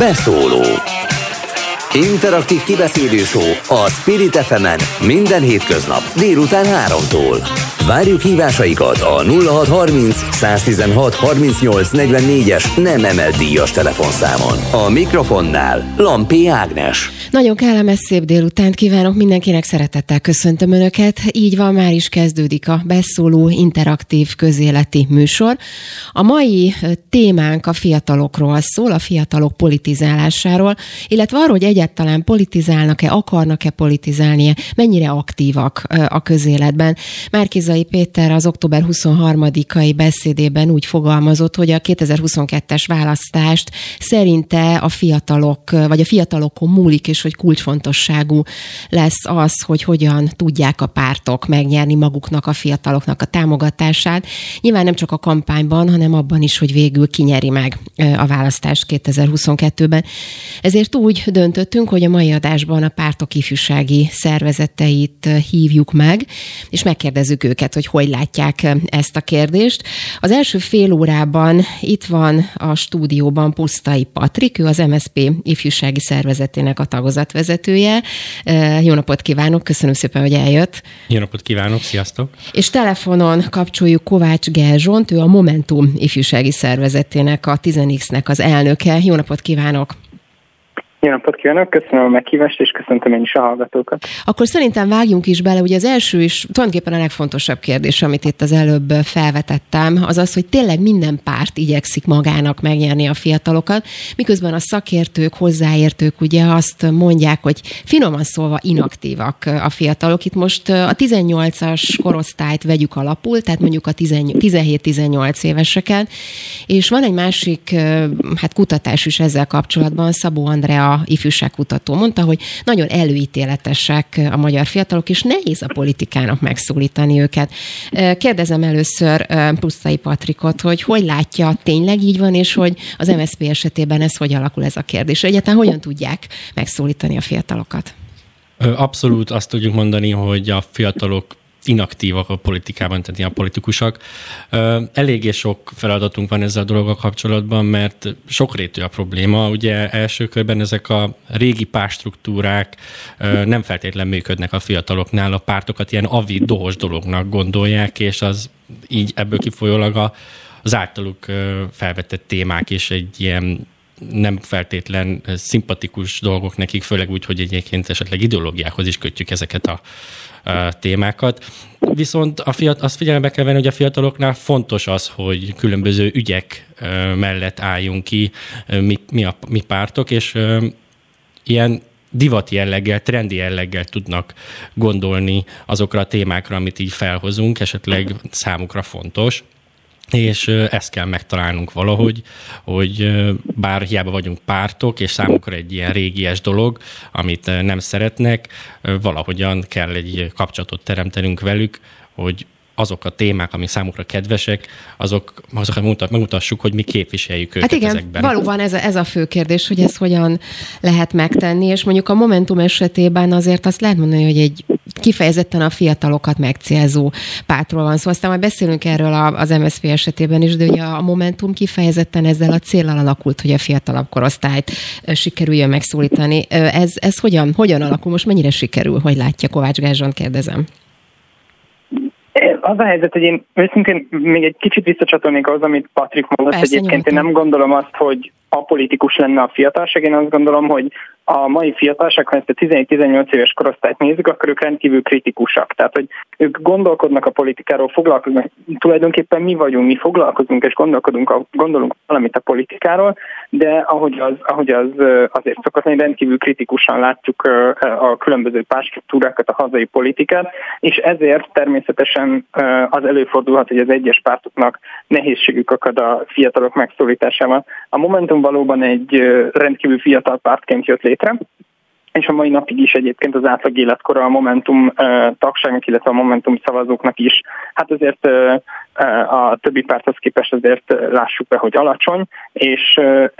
Beszóló. Interaktív kibeszélő show a Spirit FM-en minden hétköznap délután 3-tól. Várjuk hívásaikat a 0630 116 38 44-es nem emelt díjas telefonszámon. A mikrofonnál Lampi Ágnes. Nagyon kellemes szép délutánt kívánok mindenkinek, szeretettel köszöntöm Önöket. Így van, már is kezdődik a Beszóló interaktív közéleti műsor. A mai témánk a fiatalokról szól, a fiatalok politizálásáról, illetve arról, hogy egyáltalán politizálnak-e, akarnak-e politizálni, mennyire aktívak a közéletben. Márki-Zay Péter az október 23-ai beszédében úgy fogalmazott, hogy a 2022-es választást szerinte a fiatalok, vagy a fiatalokon múlik, és hogy kulcsfontosságú lesz az, hogy hogyan tudják a pártok megnyerni maguknak, a fiataloknak a támogatását. Nyilván nem csak a kampányban, hanem abban is, hogy végül kinyeri meg a választást 2022-ben. Ezért úgy döntöttünk, hogy a mai adásban a pártok ifjúsági szervezeteit hívjuk meg, és megkérdezzük őket, hogy látják ezt a kérdést. Az első fél órában itt van a stúdióban Pusztai Patrik, ő az MSZP ifjúsági szervezetének a tagozatvezetője. Jó napot kívánok, köszönöm szépen, hogy eljött. Jó napot kívánok, sziasztok! És telefonon kapcsoljuk Kovács Gerzsont, ő a Momentum ifjúsági szervezetének, a 10X-nek az elnöke. Jó napot kívánok! Jó napot kívánok, köszönöm a meghívást, és köszöntöm én is a hallgatókat. Akkor szerintem vágjunk is bele, ugye az első is tulajdonképpen a legfontosabb kérdés, amit itt az előbb felvetettem, az az, hogy tényleg minden párt igyekszik magának megnyerni a fiatalokat, miközben a szakértők, hozzáértők ugye azt mondják, hogy finoman szólva inaktívak a fiatalok. Itt most a 18-as korosztályt vegyük alapul, tehát mondjuk a 17-18 éveseket, és van egy másik kutatás is ezzel kapcsolatban, Szabó Andrea ifjúságkutató mondta, hogy nagyon előítéletesek a magyar fiatalok, és nehéz a politikának megszólítani őket. Kérdezem először Pusztai Patrikot, hogy látja, tényleg így van, és hogy az MSZP esetében ez hogy alakul ez a kérdés? Egyáltalán hogyan tudják megszólítani a fiatalokat? Abszolút azt tudjuk mondani, hogy a fiatalok inaktívak a politikában, tehát a politikusok. Eléggé sok feladatunk van ezzel a dologgal kapcsolatban, mert sokrétű a probléma. Ugye első körben ezek a régi pártstruktúrák nem feltétlenül működnek a fiataloknál, a pártokat ilyen dohos dolognak gondolják, és az így ebből kifolyólag az általuk felvetett témák is egy ilyen nem feltétlen szimpatikus dolgok nekik, főleg úgy, hogy egyébként esetleg ideológiához is kötjük ezeket a témákat. Viszont azt figyelembe kell venni, hogy a fiataloknál fontos az, hogy különböző ügyek mellett álljunk ki mi pártok, és ilyen divat jelleggel, trendi jelleggel tudnak gondolni azokra a témákra, amit így felhozunk, esetleg számukra fontos. És ezt kell megtalálnunk valahogy, hogy bár hiába vagyunk pártok, és számukra egy ilyen régies dolog, amit nem szeretnek, valahogyan kell egy kapcsolatot teremtenünk velük, hogy azok a témák, ami számukra kedvesek, azokat megmutassuk, hogy mi képviseljük őket igen, ezekben. Valóban ez a fő kérdés, hogy ezt hogyan lehet megtenni, és mondjuk a Momentum esetében azért azt lehet mondani, hogy egy kifejezetten a fiatalokat megcélző pártról van szó. Aztán majd beszélünk erről az MSZP esetében is, de ugye a Momentum kifejezetten ezzel a céllal alakult, hogy a fiatalabb korosztályt sikerüljön megszólítani. Ez hogyan alakul? Most mennyire sikerül? Hogy látja? Kovács Gerzsont kérdezem. Az a helyzet, hogy én őszintén még egy kicsit visszacsatolnék ahhoz, amit Patrik mondott. Persze, egyébként én nem gondolom azt, hogy apolitikus lenne a fiatalság. Én azt gondolom, hogy a mai fiatalság, ha ezt a 17-18 éves korosztályt nézzük, akkor ők rendkívül kritikusak. Tehát, hogy ők gondolkodnak a politikáról, foglalkoznak, tulajdonképpen mi vagyunk, mi foglalkozunk és gondolunk valamit a politikáról, de ahogy az azért szokott lenni, rendkívül kritikusan látjuk a különböző pártstruktúrákat, a hazai politikát, és ezért természetesen az előfordulhat, hogy az egyes pártoknak nehézségük akad a fiatalok megszólításával. A Momentum valóban egy rendkívül fiatal pártként jött létre, és a mai napig is egyébként az átlag életkora a Momentum tagságnak, illetve a Momentum szavazóknak is, hát azért a többi párthoz képest azért lássuk be, hogy alacsony, és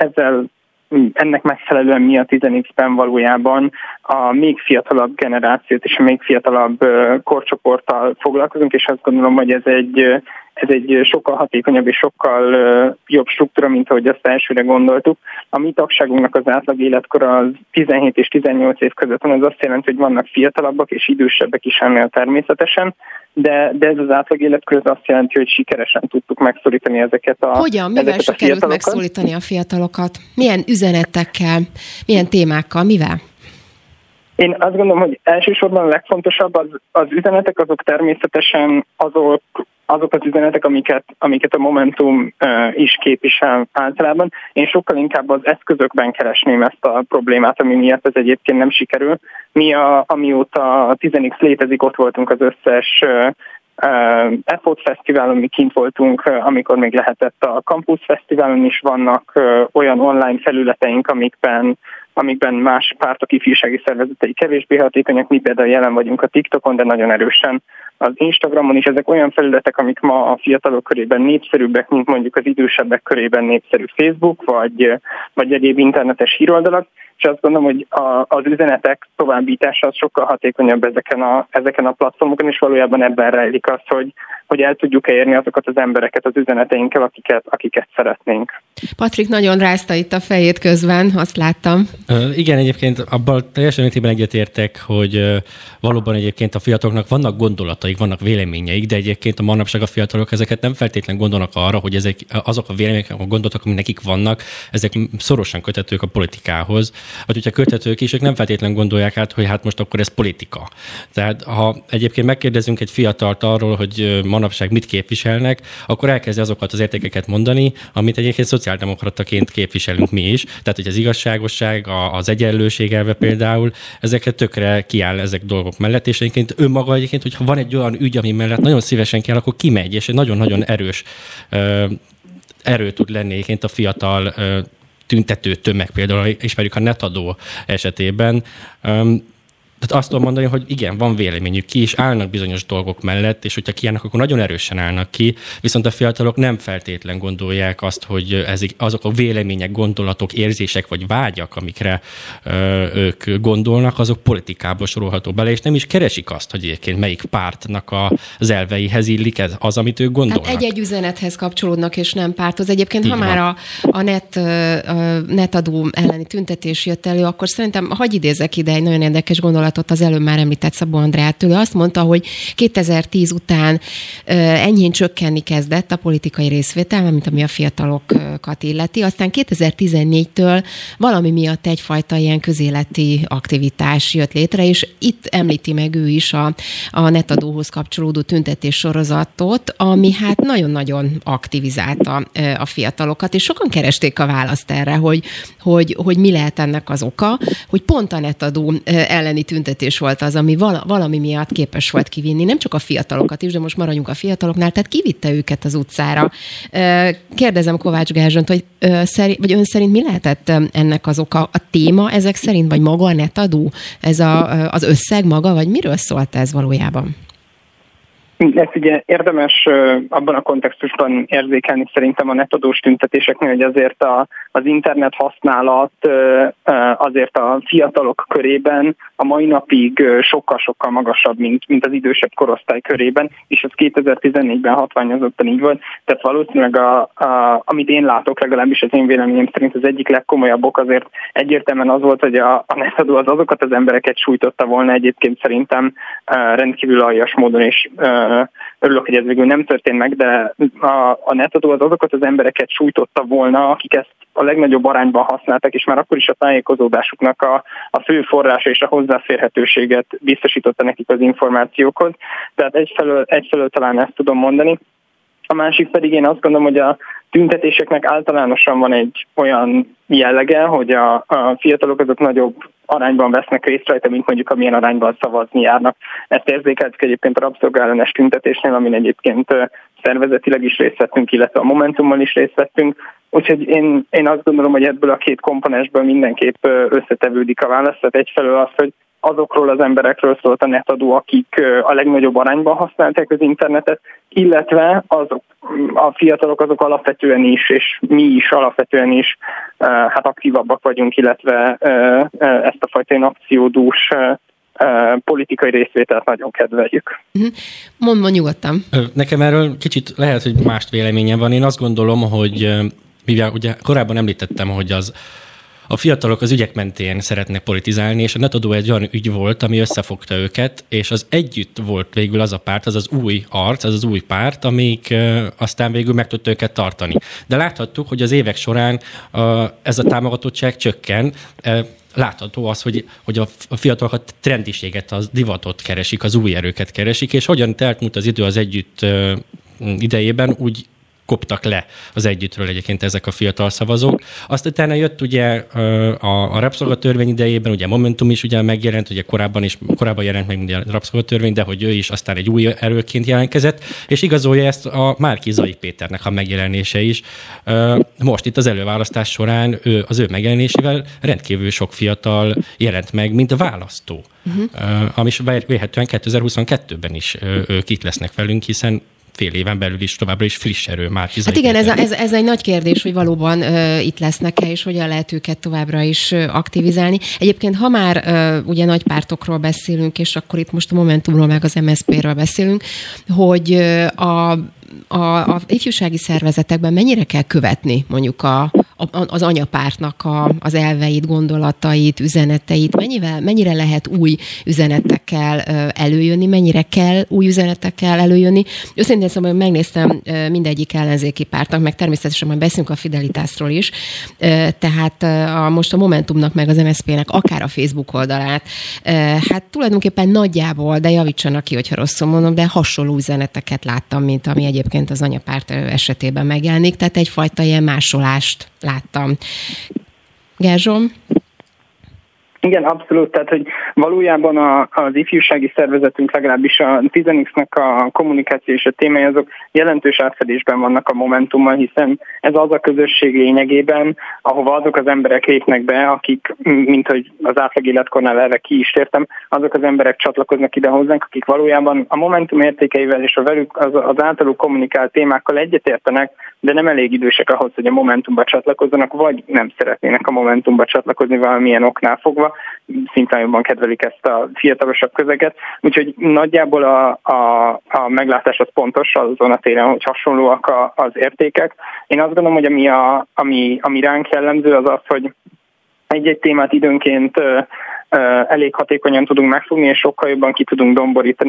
ennek megfelelően mi a 10X-ben valójában a még fiatalabb generációt és a még fiatalabb korcsoporttal foglalkozunk, és azt gondolom, hogy ez ez egy sokkal hatékonyabb és sokkal jobb struktúra, mint ahogy azt elsőre gondoltuk. A mi tagságunknak az átlag életkora az 17 és 18 év között van, ez azt jelenti, hogy vannak fiatalabbak és idősebbek is ennél természetesen, de ez az átlag életkor az azt jelenti, hogy sikeresen tudtuk megszólítani ezeket a Hogyan? Mivel sikerült megszólítani a fiatalokat? Milyen üzenetekkel, milyen témákkal, mivel? Én azt gondolom, hogy elsősorban a legfontosabb az üzenetek, azok természetesen azok az üzenetek, amiket a Momentum is képvisel általában. Én sokkal inkább az eszközökben keresném ezt a problémát, ami miatt ez egyébként nem sikerül. Mi amióta a 10x létezik, ott voltunk az összes EFOT Fesztiválon, mi kint voltunk, amikor még lehetett, a Campus Fesztiválon is vannak olyan online felületeink, amikben más pártok ifjúsági szervezetei kevésbé hatékonyak, mi például jelen vagyunk a TikTokon, de nagyon erősen az Instagramon is. Ezek olyan felületek, amik ma a fiatalok körében népszerűbbek, mint mondjuk az idősebbek körében népszerű Facebook, vagy egyéb internetes híroldalak, és azt gondolom, hogy az üzenetek továbbítása az sokkal hatékonyabb ezeken a platformokon, és valójában ebben rejlik az, hogy el tudjuk érni azokat az embereket az üzeneteinkkel, akiket szeretnénk. Patrik nagyon rázta itt a fejét közben, azt láttam. Igen, egyébként abban teljesen mértékben egyetértek, hogy valóban egyébként a fiataloknak vannak gondolataik, vannak véleményeik, de egyébként a manapság a fiatalok ezeket nem feltétlenül gondolnak arra, hogy azok a vélemények, a gondolatok, amik nekik vannak, ezek szorosan köthetők a politikához, vagy hogyha köthetők is, ők nem feltétlenül gondolják át, hogy hát most akkor ez politika. Tehát ha egyébként megkérdezünk egy fiatalt arról, hogy manapság mit képviselnek, akkor elkezdi azokat az értékeket mondani, amit egyébként szociáldemokrataként képviselünk mi is. Tehát, hogy az igazságosság, az egyenlőség elve például, ezekre tökre kiáll ezek dolgok mellett, és egyébként önmaga egyébként, hogyha van egy olyan ügy, ami mellett nagyon szívesen kell, akkor kimegy, és egy nagyon-nagyon erős erő tud lenni egyébként a fiatal tüntető tömeg, például ismerjük a netadó esetében. Tehát azt tudom mondani, hogy igen, van véleményük, ki is állnak bizonyos dolgok mellett, és hogyha kiállnak, akkor nagyon erősen állnak ki, viszont a fiatalok nem feltétlen gondolják azt, hogy azok a vélemények, gondolatok, érzések vagy vágyak, amikre ők gondolnak, azok politikába sorolható bele, és nem is keresik azt, hogy egyébként melyik pártnak az elveihez illik ez az, amit ők gondolnak. Tehát egy-egy üzenethez kapcsolódnak, és nem párthoz. Egyébként, ha már a netadó elleni tüntetés jött elő, akkor szerintem hadd idézzek ide egy nagyon érdekes gondolatot az előbb már említett Szabó Andreától. Ő azt mondta, hogy 2010 után enyhén csökkenni kezdett a politikai részvétel, mint ami a fiatalokat illeti. Aztán 2014-től valami miatt egyfajta ilyen közéleti aktivitás jött létre, és itt említi meg ő is a netadóhoz kapcsolódó tüntetés sorozatot, ami hát nagyon-nagyon aktivizálta a fiatalokat, és sokan keresték a választ erre, hogy mi lehet ennek az oka, hogy pont a netadó elleni tüntetés volt az, ami valami miatt képes volt kivinni, nem csak a fiatalokat is, de most maradjunk a fiataloknál, tehát kivitte őket az utcára. Kérdezem Kovács Gerzsont, hogy ön szerint mi lehetett ennek az oka? A téma ezek szerint, vagy maga a netadó? Ez az összeg maga, vagy miről szólt ez valójában? Ezt ugye érdemes abban a kontextusban érzékelni szerintem a netadós tüntetéseknél, hogy azért az internet használat azért a fiatalok körében a mai napig sokkal-sokkal magasabb, mint az idősebb korosztály körében, és ez 2014-ben hatványozottan így volt. Tehát valószínűleg amit én látok, legalábbis az én véleményem szerint az egyik legkomolyabb ok azért egyértelműen az volt, hogy a netadó az azokat az embereket sújtotta volna, egyébként szerintem rendkívül aljas módon, és örülök, hogy ez végül nem történt meg, de a netadó az azokat az embereket sújtotta volna, akik ezt a legnagyobb arányban használták, és már akkor is a tájékozódásuknak a fő forrása és a hozzáférhetőséget biztosította nekik az információkhoz. Tehát egyfelől talán ezt tudom mondani. A másik pedig én azt gondolom, hogy a tüntetéseknek általánosan van egy olyan jellege, hogy a fiatalok azok nagyobb arányban vesznek részt rajta, mint mondjuk amilyen arányban szavazni járnak. Ezt érzékeltük egyébként a rabszolgaellenes tüntetésnél, amin egyébként szervezetileg is részt vettünk, illetve a Momentummal is részt vettünk. Úgyhogy én azt gondolom, hogy ebből a két komponensből mindenképp összetevődik a válasz. Tehát egyfelől az, hogy azokról az emberekről szólt a netadó, akik a legnagyobb arányban használták az internetet, illetve azok, a fiatalok azok alapvetően is, és mi is alapvetően is aktívabbak vagyunk, illetve ezt a fajta akciódús politikai részvételt nagyon kedveljük. Mondd nyugodtan. Nekem erről kicsit lehet, hogy más véleményem van. Én azt gondolom, hogy mivel ugye korábban említettem, hogy a fiatalok az ügyek mentén szeretnek politizálni, és a netadó egy olyan ügy volt, ami összefogta őket, és az együtt volt végül az a párt, az az új arc, az az új párt, amelyik aztán végül meg tudta őket tartani. De láthattuk, hogy az évek során ez a támogatottság csökken. Látható az, hogy a fiatalok a trendiséget, a divatot keresik, az új erőket keresik, és hogyan telt múlt az idő az együtt idejében, úgy koptak le az együttről egyébként ezek a fiatal szavazók. Azt utána jött ugye a rabszolgatörvény idejében, ugye Momentum is ugye megjelent, ugye korábban jelent meg ugye a rabszolgatörvény, de hogy ő is aztán egy új erőként jelentkezett, és igazolja ezt a Márki-Zay Péternek a megjelenése is. Most itt az előválasztás során az ő megjelenésével rendkívül sok fiatal jelent meg, mint a választó. Ami vélhetően 2022-ben is ők itt lesznek velünk, hiszen fél éven belül is továbbra is friss erő Márki-Zay Hát igen, ez egy nagy kérdés, hogy valóban itt lesznek-e, és hogyan lehet őket továbbra is aktivizálni. Egyébként, ha már ugye nagy pártokról beszélünk, és akkor itt most a Momentumról meg az MSZP-ről beszélünk, hogy a ifjúsági szervezetekben mennyire kell követni mondjuk az anyapártnak az elveit, gondolatait, üzeneteit, mennyire lehet új üzenetekkel előjönni, mennyire kell új üzenetekkel előjönni. Őszintén szóval megnéztem mindegyik ellenzéki pártnak, meg természetesen majd beszélünk a Fidelitasról is, tehát most a Momentumnak meg az MSZP-nek akár a Facebook oldalát, hát tulajdonképpen nagyjából, de javítsanak ki, hogyha rosszul mondom, de hasonló üzeneteket láttam, mint ami egyébként az anyapárt esetében megjelenik, tehát egyfajta ilyen másolást láttam. Gerzsom? Igen, abszolút. Tehát, hogy valójában az ifjúsági szervezetünk, legalábbis a 10X-nek a kommunikáció és a témái azok jelentős átfedésben vannak a Momentummal, hiszen ez az a közösség lényegében, ahova azok az emberek lépnek be, akik, mint hogy az átlag életkornál erre ki is tértem, azok az emberek csatlakoznak ide hozzánk, akik valójában a Momentum értékeivel és a velük az általuk kommunikált témákkal egyetértenek, de nem elég idősek ahhoz, hogy a Momentumba csatlakozzanak, vagy nem szeretnének a Momentumba csatlakozni valamilyen oknál fogva, szintén jobban kedvelik ezt a fiatalosabb közeget. Úgyhogy nagyjából a meglátás az pontos azon a téren, hogy hasonlóak az értékek. Én azt gondolom, hogy ami ránk jellemző, az az, hogy egy-egy témát időnként elég hatékonyan tudunk megfogni, és sokkal jobban ki tudunk domborítani,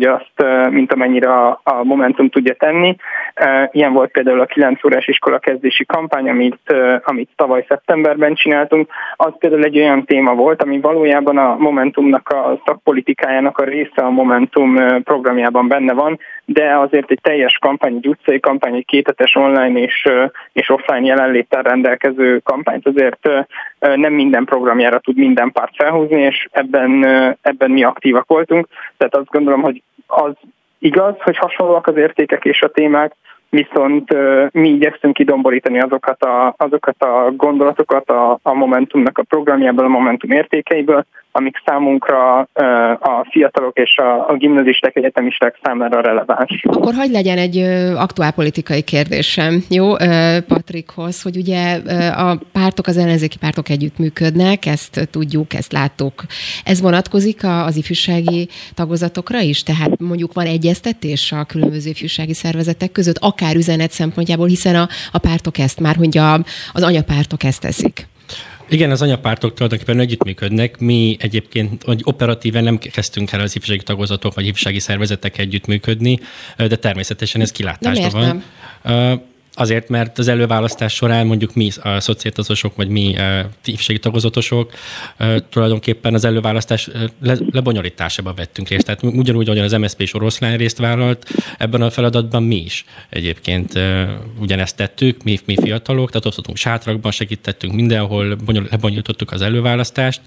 mint amennyire a Momentum tudja tenni. Ilyen volt például a 9 órás iskolakezdési kampány, amit tavaly szeptemberben csináltunk. Az például egy olyan téma volt, ami valójában a Momentumnak a szakpolitikájának a része a Momentum programjában benne van, de azért egy teljes kampány, egy utcai kampány, egy kétetes online és offline jelenléttel rendelkező kampányt azért nem minden programjára tud minden párt felhúzni, és ebben mi aktívak voltunk. Tehát azt gondolom, hogy az igaz, hogy hasonlóak az értékek és a témák, viszont mi igyekszünk kidomborítani azokat a gondolatokat a Momentumnak a programjából, a Momentum értékeiből, amik számunkra a fiatalok és a gimnazisták, egyetemisták számára releváns. Akkor hadd legyen egy aktuálpolitikai kérdésem, jó, Patrikhoz, hogy ugye a pártok, az ellenzéki pártok együttműködnek, ezt tudjuk, ezt láttuk. Ez vonatkozik az ifjúsági tagozatokra is? Tehát mondjuk van egyeztetés a különböző ifjúsági szervezetek között, akár üzenet szempontjából, hiszen a pártok ezt már, hogy az anyapártok ezt teszik. Igen, az anyapártok tulajdonképpen együttműködnek. Mi egyébként operatíven nem kezdtünk el az ifjúsági tagozatok vagy ifjúsági szervezetek együttműködni, de természetesen ez kilátásban van. Azért, mert az előválasztás során mondjuk mi a szociáltazosok, vagy mi ifjúsági tagozatosok tulajdonképpen az előválasztás lebonyolításában vettünk részt. Tehát ugyanúgy, ahogyan az MSZP és Oroszlán részt vállalt, ebben a feladatban mi is egyébként ugyanezt tettük, mi fiatalok, tehát ott voltunk sátrakban, segítettünk mindenhol, lebonyolítottuk az előválasztást,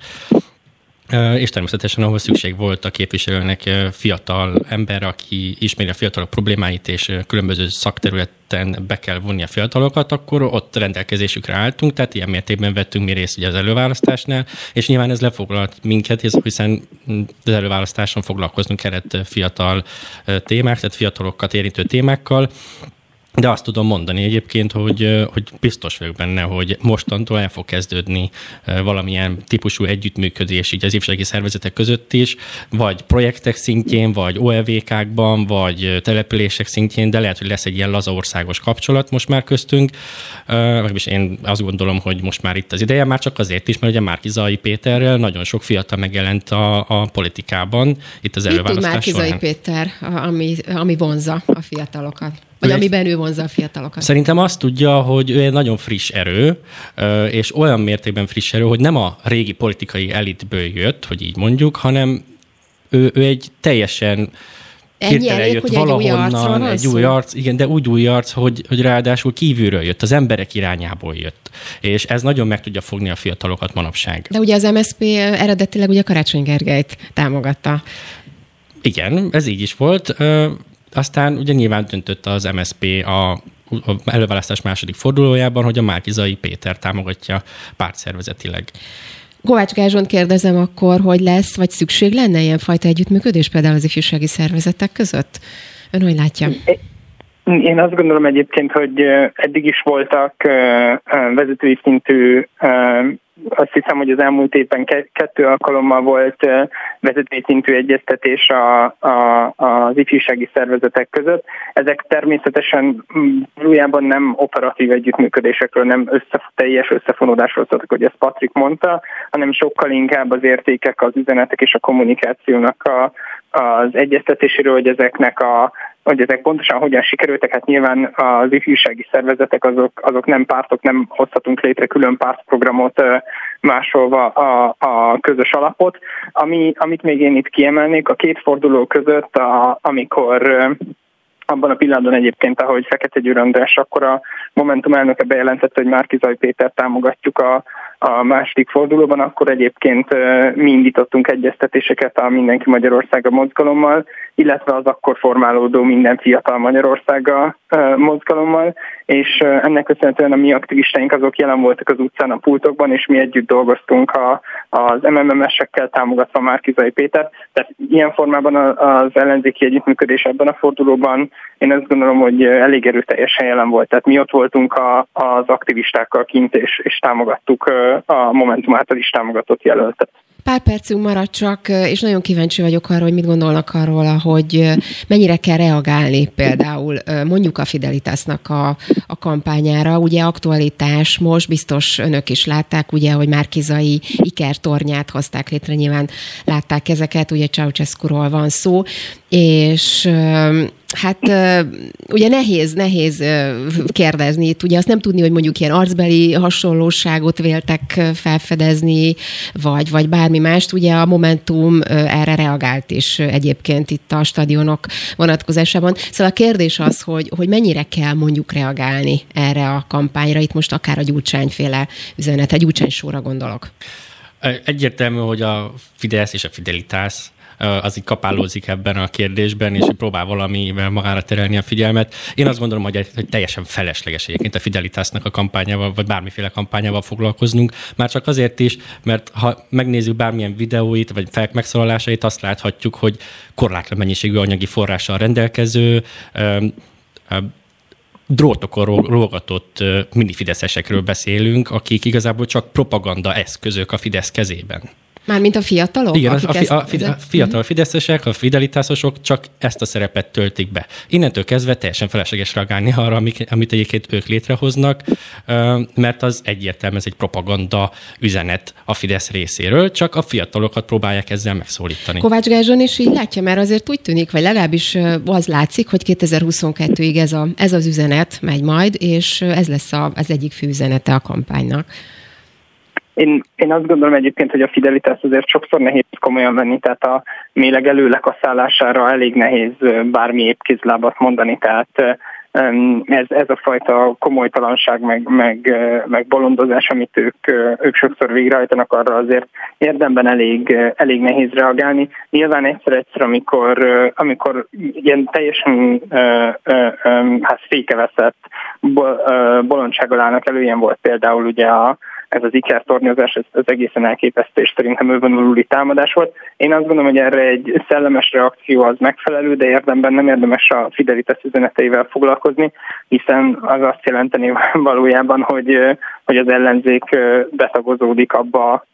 és természetesen ahol szükség volt a képviselőnek fiatal ember, aki ismeri a fiatalok problémáit, és különböző szakterületen be kell vonni a fiatalokat, akkor ott rendelkezésükre álltunk, tehát ilyen mértékben vettünk mi részt ugye az előválasztásnál, és nyilván ez lefoglalt minket, hiszen az előválasztáson foglalkoznunk kellett fiatal témák, tehát fiatalokat érintő témákkal, De azt tudom mondani egyébként, hogy biztos vagyok benne, hogy mostantól el fog kezdődni valamilyen típusú együttműködés így az ifjúsági szervezetek között is, vagy projektek szintjén, vagy OLVK-kban, vagy települések szintjén, de lehet, hogy lesz egy ilyen laza országos kapcsolat most már köztünk. Vagyis én azt gondolom, hogy most már itt az ideje, már csak azért is, mert ugye Márki-Zay Péterrel nagyon sok fiatal megjelent a politikában, itt az előválasztás során. Márki-Zay Péter, ami vonzza a fiatalokat? Vagy amiben ő vonzza a fiatalokat? Szerintem azt tudja, hogy ő egy nagyon friss erő, és olyan mértékben friss erő, hogy nem a régi politikai elitből jött, hogy így mondjuk, hanem ő egy teljesen hirtelen jött valahonnan, egy új arc, igen, de úgy új arc, hogy ráadásul kívülről jött, az emberek irányából jött. És ez nagyon meg tudja fogni a fiatalokat manapság. De ugye az MSZP eredetileg ugye Karácsony Gergelyt támogatta. Igen, ez így is volt. Aztán ugye nyilván döntött az MSZP a előválasztás második fordulójában, hogy a Márki-Zay Péter támogatja pártszervezetileg. Kovács Gázsont kérdezem akkor, hogy lesz, vagy szükség lenne ilyenfajta együttműködés például az ifjúsági szervezetek között? Ön hogy látja? Én azt gondolom egyébként, hogy eddig is voltak vezetői szintű, azt hiszem, hogy az elmúlt évben 2 alkalommal volt vezetői szintű egyeztetés az ifjúsági szervezetek között. Ezek természetesen valójában nem operatív együttműködésekről, nem teljes összefonódásról szóltak, hogy ezt Patrik mondta, hanem sokkal inkább az értékek, az üzenetek és a kommunikációnak az egyeztetéséről, hogy ezek pontosan hogyan sikerültek. Hát nyilván az ifjúsági szervezetek azok nem pártok, nem hozhatunk létre külön pártprogramot másolva a közös alapot. Amit még én itt kiemelnék, a 2 forduló között, amikor abban a pillanatban egyébként, ahogy Fekete Győr András, akkor a Momentum elnöke bejelentette, hogy Márki-Zay Péter támogatjuk a második fordulóban, akkor egyébként mi indítottunk egyeztetéseket a Mindenki Magyarországa mozgalommal, illetve az akkor formálódó Minden Fiatal Magyarországa mozgalommal, és ennek köszönhetően a mi aktivistáink azok jelen voltak az utcán, a pultokban, és mi együtt dolgoztunk az MMM-esekkel támogatva Márki-Zay Péter. Tehát ilyen formában az ellenzéki együttműködés ebben a fordulóban én azt gondolom, hogy elég erőteljesen jelen volt. Tehát mi ott voltunk az aktivistákkal kint, és támogattuk a Momentum által is támogatott jelöltet. Pár percünk maradt csak, és nagyon kíváncsi vagyok arra, hogy mit gondolnak arról, hogy mennyire kell reagálni például mondjuk a Fidelitasnak a kampányára. Ugye aktualitás most, biztos önök is látták, ugye, hogy Márki-Zay ikertornyát hozták létre, nyilván látták ezeket, ugye Ceausescuról van szó, és hát ugye nehéz kérdezni itt, ugye azt nem tudni, hogy mondjuk ilyen arcbeli hasonlóságot véltek felfedezni, vagy bármi mást, ugye a Momentum erre reagált is egyébként itt a stadionok vonatkozásában. Szóval a kérdés az, hogy mennyire kell mondjuk reagálni erre a kampányra, itt most akár a Gyurcsányféle üzenet, a Gyurcsány sorra gondolok. Egyértelmű, hogy a Fidesz és a Fidelitas az így kapálózik ebben a kérdésben, és próbál valamivel magára terelni a figyelmet. Én azt gondolom, hogy teljesen felesleges egyébként a Fidelitasnak a kampányával, vagy bármiféle kampányával foglalkoznunk. Már csak azért is, mert ha megnézzük bármilyen videóit, vagy megszólalásait, azt láthatjuk, hogy korlátlan mennyiségű anyagi forrással rendelkező, drótokon lógatott minifideszesekről beszélünk, akik igazából csak propaganda eszközök a Fidesz kezében. Mármint a fiatalok? Igen, a fiatal fideszesek, a fidelitászosok csak ezt a szerepet töltik be. Innentől kezdve teljesen felesleges reagálni arra, amit egyébként ők létrehoznak, mert az egyértelmű, ez egy propaganda üzenet a Fidesz részéről, csak a fiatalokat próbálják ezzel megszólítani. Kovács Gázson is így látja, mert azért úgy tűnik, vagy legalábbis az látszik, hogy 2022-ig ez az üzenet megy majd, és ez lesz az egyik fő üzenete a kampánynak. Én azt gondolom egyébként, hogy a Fidelitas azért sokszor nehéz komolyan venni, tehát a méleg előlekaszálására elég nehéz bármi épkézlábat mondani, tehát ez a fajta komolytalanság, meg bolondozás, amit ők sokszor végrehajtanak, arra azért érdemben elég nehéz reagálni. Nyilván egyszer, amikor ilyen teljesen fékeveszett bolondsággal állnak elő, ilyen volt például ugye ez az ikertornyozás, ez egészen elképesztő, és szerintem ővonalúli támadás volt. Én azt gondolom, hogy erre egy szellemes reakció az megfelelő, de érdemben nem érdemes a Fidelitas üzeneteivel foglalkozni, hiszen az azt jelenteni valójában, hogy az ellenzék betagozódik abba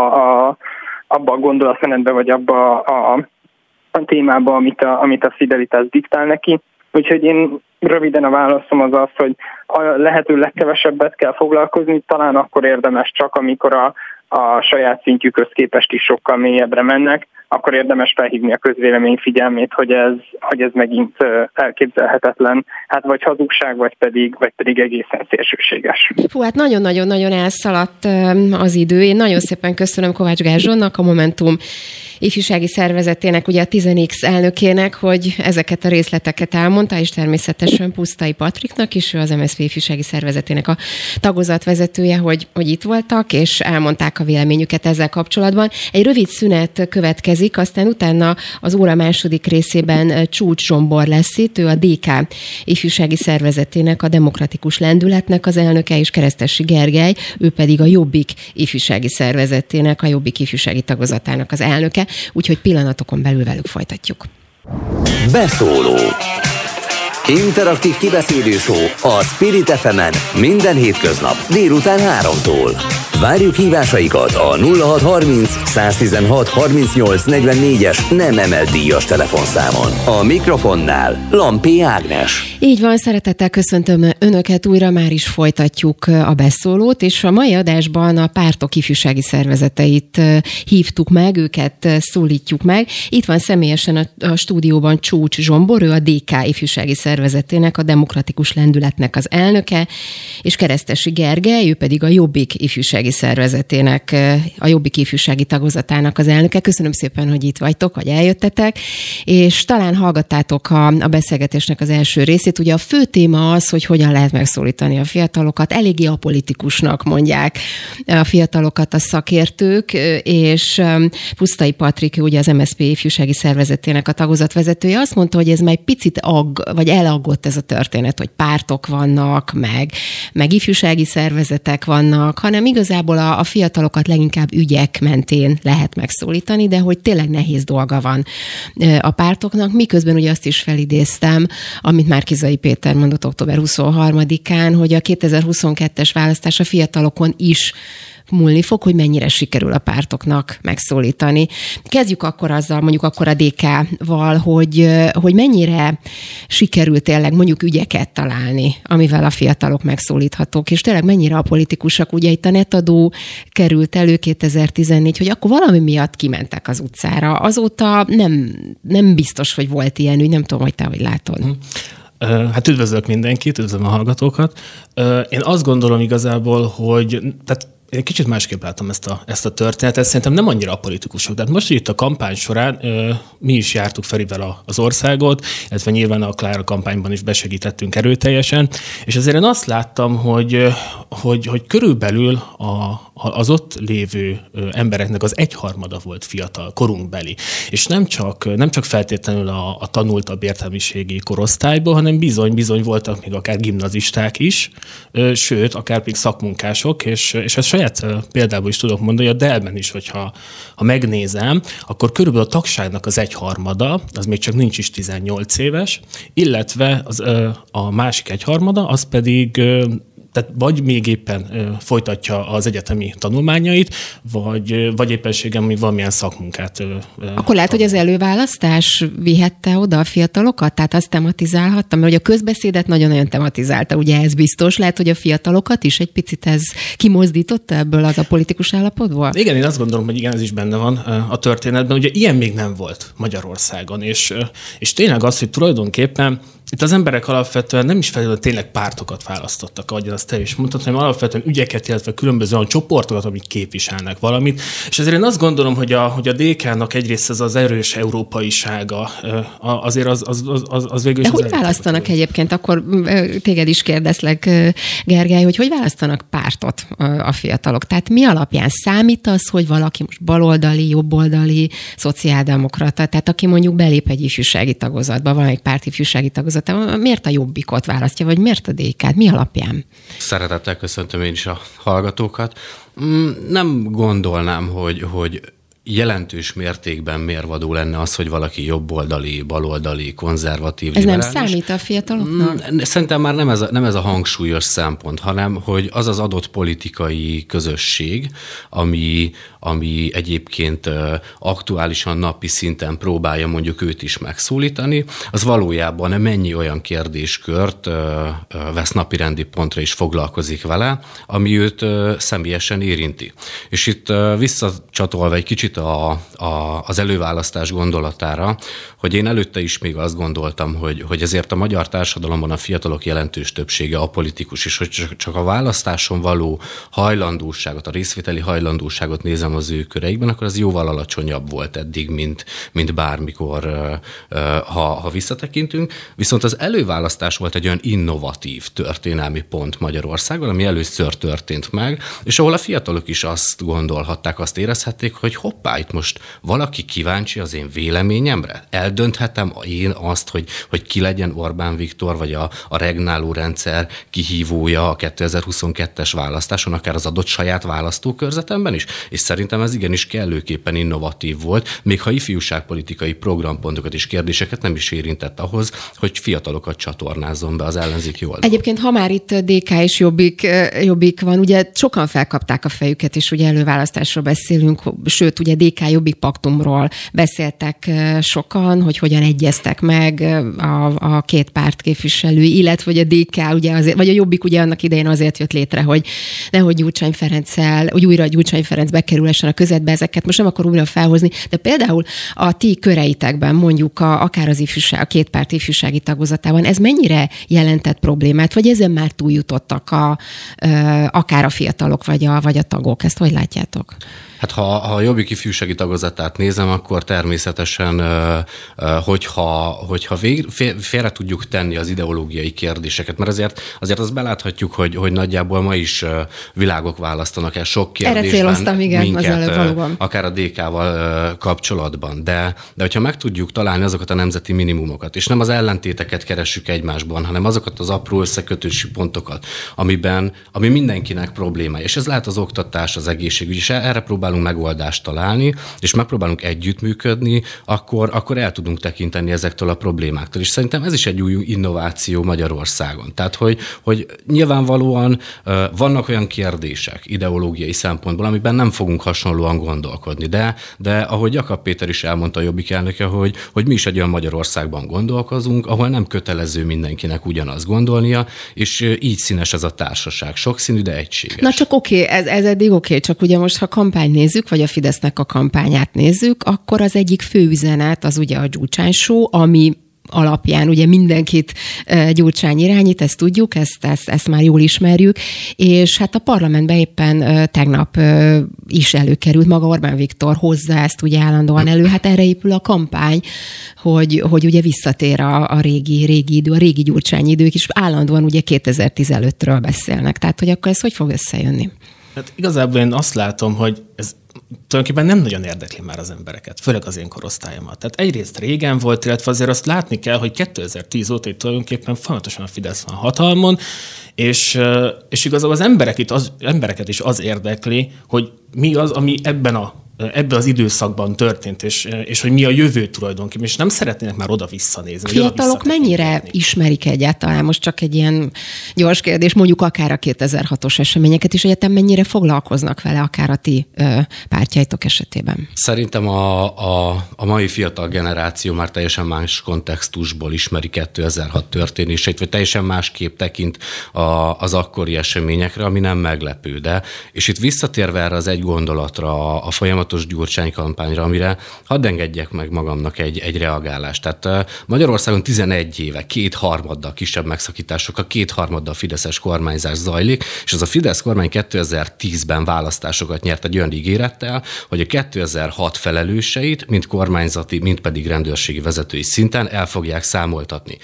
a gondolatmenetbe, vagy abba a témába, amit a Fidelitas diktál neki. Úgyhogy én röviden a válaszom az, hogy a lehető legkevesebbet kell foglalkozni, talán akkor érdemes csak, amikor a saját szintjükhöz képest is sokkal mélyebbre mennek, akkor érdemes felhívni a közvélemény figyelmét, hogy ez megint elképzelhetetlen, hát vagy hazugság, vagy pedig egészen szélsőséges. Hú, hát nagyon-nagyon-nagyon elszaladt az idő. Én nagyon szépen köszönöm Kovács Gárzsonnak, a Momentum ifjúsági szervezetének, ugye a 10X elnökének, hogy ezeket a részleteket elmondta, és természetesen Pusztai Patriknak is, ő az MSZP ifjúsági szervezetének a tagozatvezetője, hogy itt voltak, és elmondták a véleményüket ezzel kapcsolatban. Egy rövid szünet következik, aztán utána az óra második részében Csúcs Zsombor lesz itt, ő a DK ifjúsági szervezetének, a Demokratikus Lendületnek az elnöke, és Keresztessy Gergely, ő pedig a Jobbik ifjúsági szervezetének, a Jobbik ifjúsági tagozatának az elnöke, úgyhogy pillanatokon belül velük folytatjuk. Beszóló. Interaktív kibeszélő show a Spirit FM-en minden hétköznap délután 3-tól. Várjuk hívásaikat a 0630 116 38 44-es nem emelt díjas telefonszámon. A mikrofonnál Lampi Ágnes. Így van, szeretettel köszöntöm Önöket újra, már is folytatjuk a beszólót, és a mai adásban a pártok ifjúsági szervezeteit hívtuk meg, őket szólítjuk meg. Itt van személyesen a stúdióban Csúcs Zsombor, ő a DK ifjúsági szervezetének, a Demokratikus Lendületnek az elnöke, és Keresztessy Gergely, ő pedig a Jobbik ifjúsági szervezetének, a Jobbik ifjúsági tagozatának az elnöke. Köszönöm szépen, hogy itt vagytok, hogy eljöttetek, és talán hallgattátok a beszélgetésnek az első részét. Ugye a fő téma az, hogy hogyan lehet megszólítani a fiatalokat. Eléggé apolitikusnak mondják a fiatalokat a szakértők, és Pusztai Patrik, ugye az MSZP ifjúsági szervezetének a tagozatvezetője, azt mondta, hogy ez már egy picit vagy elaggott ez a történet, hogy pártok vannak, meg ifjúsági szervezetek vannak, hanem igazából a fiatalokat leginkább ügyek mentén lehet megszólítani, de hogy tényleg nehéz dolga van a pártoknak, miközben ugye azt is felidéztem, amit Márki-Zay Péter mondott október 23-án, hogy a 2022-es választás a fiatalokon is múlni fog, hogy mennyire sikerül a pártoknak megszólítani. Kezdjük akkor azzal, mondjuk akkor a DK-val, hogy mennyire sikerült tényleg mondjuk ügyeket találni, amivel a fiatalok megszólíthatók, és tényleg mennyire a politikusok, ugye itt a netadó került elő 2014, hogy akkor valami miatt kimentek az utcára. Azóta nem biztos, hogy volt ilyen ügy, nem tudom, hogy te hogy látod. Hát üdvözlök mindenkit, üdvözlöm a hallgatókat. Én azt gondolom igazából, hogy én kicsit másképp látom ezt a történetet, szerintem nem annyira a politikusok. Tehát most, hogy itt a kampány során mi is jártuk Ferivel az országot, illetve nyilván a Klára kampányban is besegítettünk erőteljesen, és azért én azt láttam, hogy körülbelül az ott lévő embereknek az 1/3 volt fiatal, korunkbeli. És nem csak feltétlenül a tanultabb értelmiségi korosztályból, hanem bizony voltak még akár gimnazisták is, sőt, akár még szakmunkások, és ezt saját példából is tudok mondani, hogy a Dellben is, hogyha megnézem, akkor körülbelül a tagságnak az 1/3, az még csak nincs is 18 éves, illetve a másik 1/3, az pedig tehát vagy még éppen folytatja az egyetemi tanulmányait, vagy éppenséggel még valamilyen szakmunkát. Akkor lehet, hogy az előválasztás vihette oda a fiatalokat? Tehát azt tematizálhatta? Mert ugye a közbeszédet nagyon-nagyon tematizálta, ugye ez biztos. Lehet, hogy a fiatalokat is egy picit ez kimozdította ebből az a politikus állapotból? Igen, én azt gondolom, hogy igen, ez is benne van a történetben. Ugye ilyen még nem volt Magyarországon, és tényleg az, hogy tulajdonképpen itt az emberek alapvetően nem is feltétlenül tényleg pártokat választottak, ahogyan azt te is mondtad, hanem alapvetően ügyeket, illetve különböző olyan csoportokat, amik képviselnek valamit. És ezért én azt gondolom, hogy a DK-nak egyrészt ez az erős európaisága, azért az végül is... De hogy választanak egyébként? Akkor téged is kérdezlek, Gergely, hogy választanak pártot a fiatalok? Tehát mi alapján számít az, hogy valaki most baloldali, jobboldali, szociáldemokrata, tehát aki mondjuk belép egy ifjúsági tagozatba, valamelyik párt ifjúsági tagozat, körzetében, miért a Jobbikot választja, vagy miért a DK-t, mi alapján? Szeretettel köszöntöm én is a hallgatókat. Nem gondolnám, hogy jelentős mértékben mérvadó lenne az, hogy valaki jobboldali, baloldali, konzervatív, ez liberális. nem számít a fiataloknak? Szerintem már nem ez a hangsúlyos szempont, hanem hogy az az adott politikai közösség, ami egyébként aktuálisan napi szinten próbálja mondjuk őt is megszólítani, az valójában mennyi olyan kérdéskört vesz napirendi pontra és foglalkozik vele, ami őt személyesen érinti. És itt visszacsatolva egy kicsit az előválasztás gondolatára, hogy én előtte is még azt gondoltam, hogy ezért a magyar társadalomban a fiatalok jelentős többsége apolitikus, és hogy csak a választáson való hajlandóságot, a részvételi hajlandóságot nézem az ő köreikben, akkor az jóval alacsonyabb volt eddig, mint bármikor, ha visszatekintünk. Viszont az előválasztás volt egy olyan innovatív történelmi pont Magyarországon, ami először történt meg, és ahol a fiatalok is azt gondolhatták, azt érezhették, hogy hoppá, itt most valaki kíváncsi az én véleményemre? Eldönthetem én azt, hogy ki legyen Orbán Viktor, vagy a regnáló rendszer kihívója a 2022-es választáson, akár az adott saját választókörzetemben is? És szerintem ez igenis kellőképpen innovatív volt, még ha ifjúságpolitikai programpontokat és kérdéseket nem is érintett ahhoz, hogy fiatalokat csatornázzon be az ellenzéki oldalon. Egyébként, ha már itt DK és Jobbik van, ugye sokan felkapták a fejüket, és ugye előválasztásról beszélünk, sőt, ugye DK-Jobbik paktumról beszéltek sokan, hogy hogyan egyeztek meg a két párt képviselői, illetve hogy a DK, ugye azért, vagy a Jobbik ugye annak idején azért jött létre, hogy nehogy Gyurcsány Ferenccel, hogy újra Gyurcsány Ferenc bekerülhessen a közvetbe, ezeket most nem akar újra felhozni, de például a ti köreitekben, mondjuk akár az ifjúság, a két párt ifjúsági tagozatában, ez mennyire jelentett problémát, vagy ezen már túljutottak akár a fiatalok, vagy a tagok? Ezt hogy látjátok? Hát ha a Jobbik ifjúsági tagozatát nézem, akkor természetesen, hogyha félre tudjuk tenni az ideológiai kérdéseket, mert azért azt beláthatjuk, hogy nagyjából ma is világok választanak el sok kérdésben. Erre céloztam, igen, minket, akár a DK-val kapcsolatban. De hogyha meg tudjuk találni azokat a nemzeti minimumokat, és nem az ellentéteket keressük egymásban, hanem azokat az apró összekötési pontokat, ami mindenkinek problémája. És ez lehet az oktatás, az egészségügy, és erre próbálunk megoldást találni, és megpróbálunk együttműködni, akkor el tudunk tekinteni ezektől a problémáktól. És szerintem ez is egy új innováció Magyarországon. Tehát, hogy nyilvánvalóan vannak olyan kérdések ideológiai szempontból, amiben nem fogunk hasonlóan gondolkodni. De ahogy Jakab Péter is elmondta, a Jobbik elnöke, hogy mi is egy olyan Magyarországban gondolkozunk, ahol nem kötelező mindenkinek ugyanazt gondolnia, és így színes ez a társaság. Sokszínű, de egységes. Na csak oké, ez eddig oké, csak ugye most, ha kampány nézzük, vagy a Fidesznek a kampányát nézzük, akkor az egyik fő üzenet az ugye a Gyurcsány show, ami alapján ugye mindenkit Gyurcsány irányít, ezt tudjuk, ezt már jól ismerjük, és hát a parlamentben éppen tegnap is előkerült, maga Orbán Viktor hozza ezt ugye állandóan elő, hát erre épül a kampány, hogy ugye visszatér a régi idő, a régi Gyurcsány idők is, állandóan ugye 2015-ről beszélnek, tehát hogy akkor ez hogy fog összejönni? Hát igazából én azt látom, hogy ez tulajdonképpen nem nagyon érdekli már az embereket, főleg az én korosztályomat. Tehát egyrészt régen volt, illetve azért azt látni kell, hogy 2010 óta itt tulajdonképpen folyamatosan a Fidesz van hatalmon, és igazából az embereket is az érdekli, hogy mi az, ami ebben az időszakban történt, és hogy mi a jövő tulajdonképpen, és nem szeretnének már oda visszanézni. Fiatalok mennyire ismerik egyáltalán, most csak egy ilyen gyors kérdés, mondjuk akár a 2006-os eseményeket is, egyetem mennyire foglalkoznak vele, akár a ti pártjaitok esetében? Szerintem a mai fiatal generáció már teljesen más kontextusból ismeri 2006 történéseit, vagy teljesen másképp tekint az akkori eseményekre, ami nem meglepő. És itt visszatérve erre az egy gondolatra, a folyamatos Gyurcsány kampányra, amire hadd engedjek meg magamnak egy reagálást. Tehát Magyarországon 11 éve, 2/3 kisebb megszakításokkal, 2/3 fideszes kormányzás zajlik, és az a Fidesz kormány 2010-ben választásosokat nyert egy olyan ígérettel, hogy a 2006 felelőseit, mind kormányzati, mind pedig rendőrségi vezetői szinten el fogják számoltatni.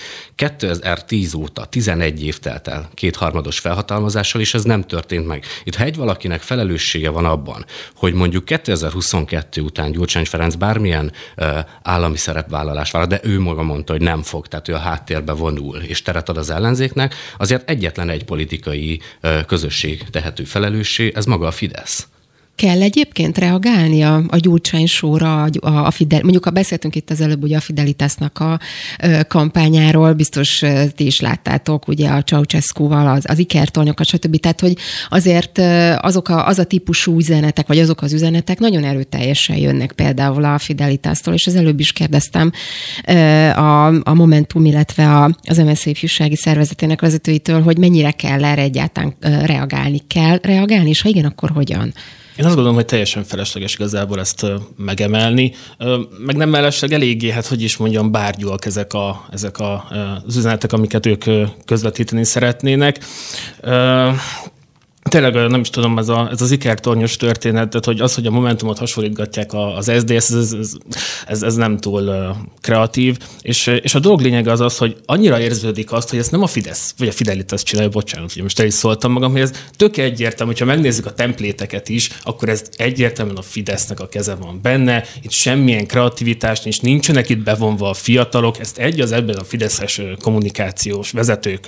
2010 óta 11 év telt el 2/3 felhatalmazással, és ez nem történt meg. Itt ha valakinek felelőssége van abban, hogy mondjuk 2022 2022 után Gyurcsány Ferenc bármilyen állami szerepvállalást vállal, de ő maga mondta, hogy nem fog, tehát ő a háttérbe vonul és teret ad az ellenzéknek, azért egyetlen egy politikai közösség tehető felelőssé, ez maga a Fidesz. Kell egyébként reagálni a Gyurcsány sorra, a Fidel, mondjuk beszéltünk itt az előbb ugye a Fidelitasnak a kampányáról, biztos ti is láttátok ugye a Ceausescu-val, az ikertornyokat, stb. Tehát, hogy azért az a típusú üzenetek, vagy azok az üzenetek nagyon erőteljesen jönnek például a Fidelitastól, és az előbb is kérdeztem a Momentum, illetve az MSZP ifjúsági szervezetének vezetőitől, hogy mennyire kell erre egyáltalán reagálni. Kell reagálni, és ha igen, akkor hogyan? Én azt gondolom, hogy teljesen felesleges igazából ezt megemelni. Meg nem mellesleg eléggé, hogy is mondjam, bárgyúak ezek az üzenetek, amiket ők közvetíteni szeretnének. Tényleg nem is tudom, ez az ikertornyos történet, tehát hogy a Momentumot hasonlítgatják az SZDSZ, ez nem túl kreatív, és a dolog lényege az, hogy annyira érződik azt, hogy ez nem a Fidesz, vagy a Fidelitas csinálja, bocsánat, ugye most el is szóltam magam, hogy ez tök egyértelmű, hogyha megnézzük a templéteket is, akkor ez egyértelműen a Fidesznek a keze van benne, itt semmilyen kreativitás nincs, nincsenek itt bevonva a fiatalok, ezt ebben a fideszes kommunikációs vezetők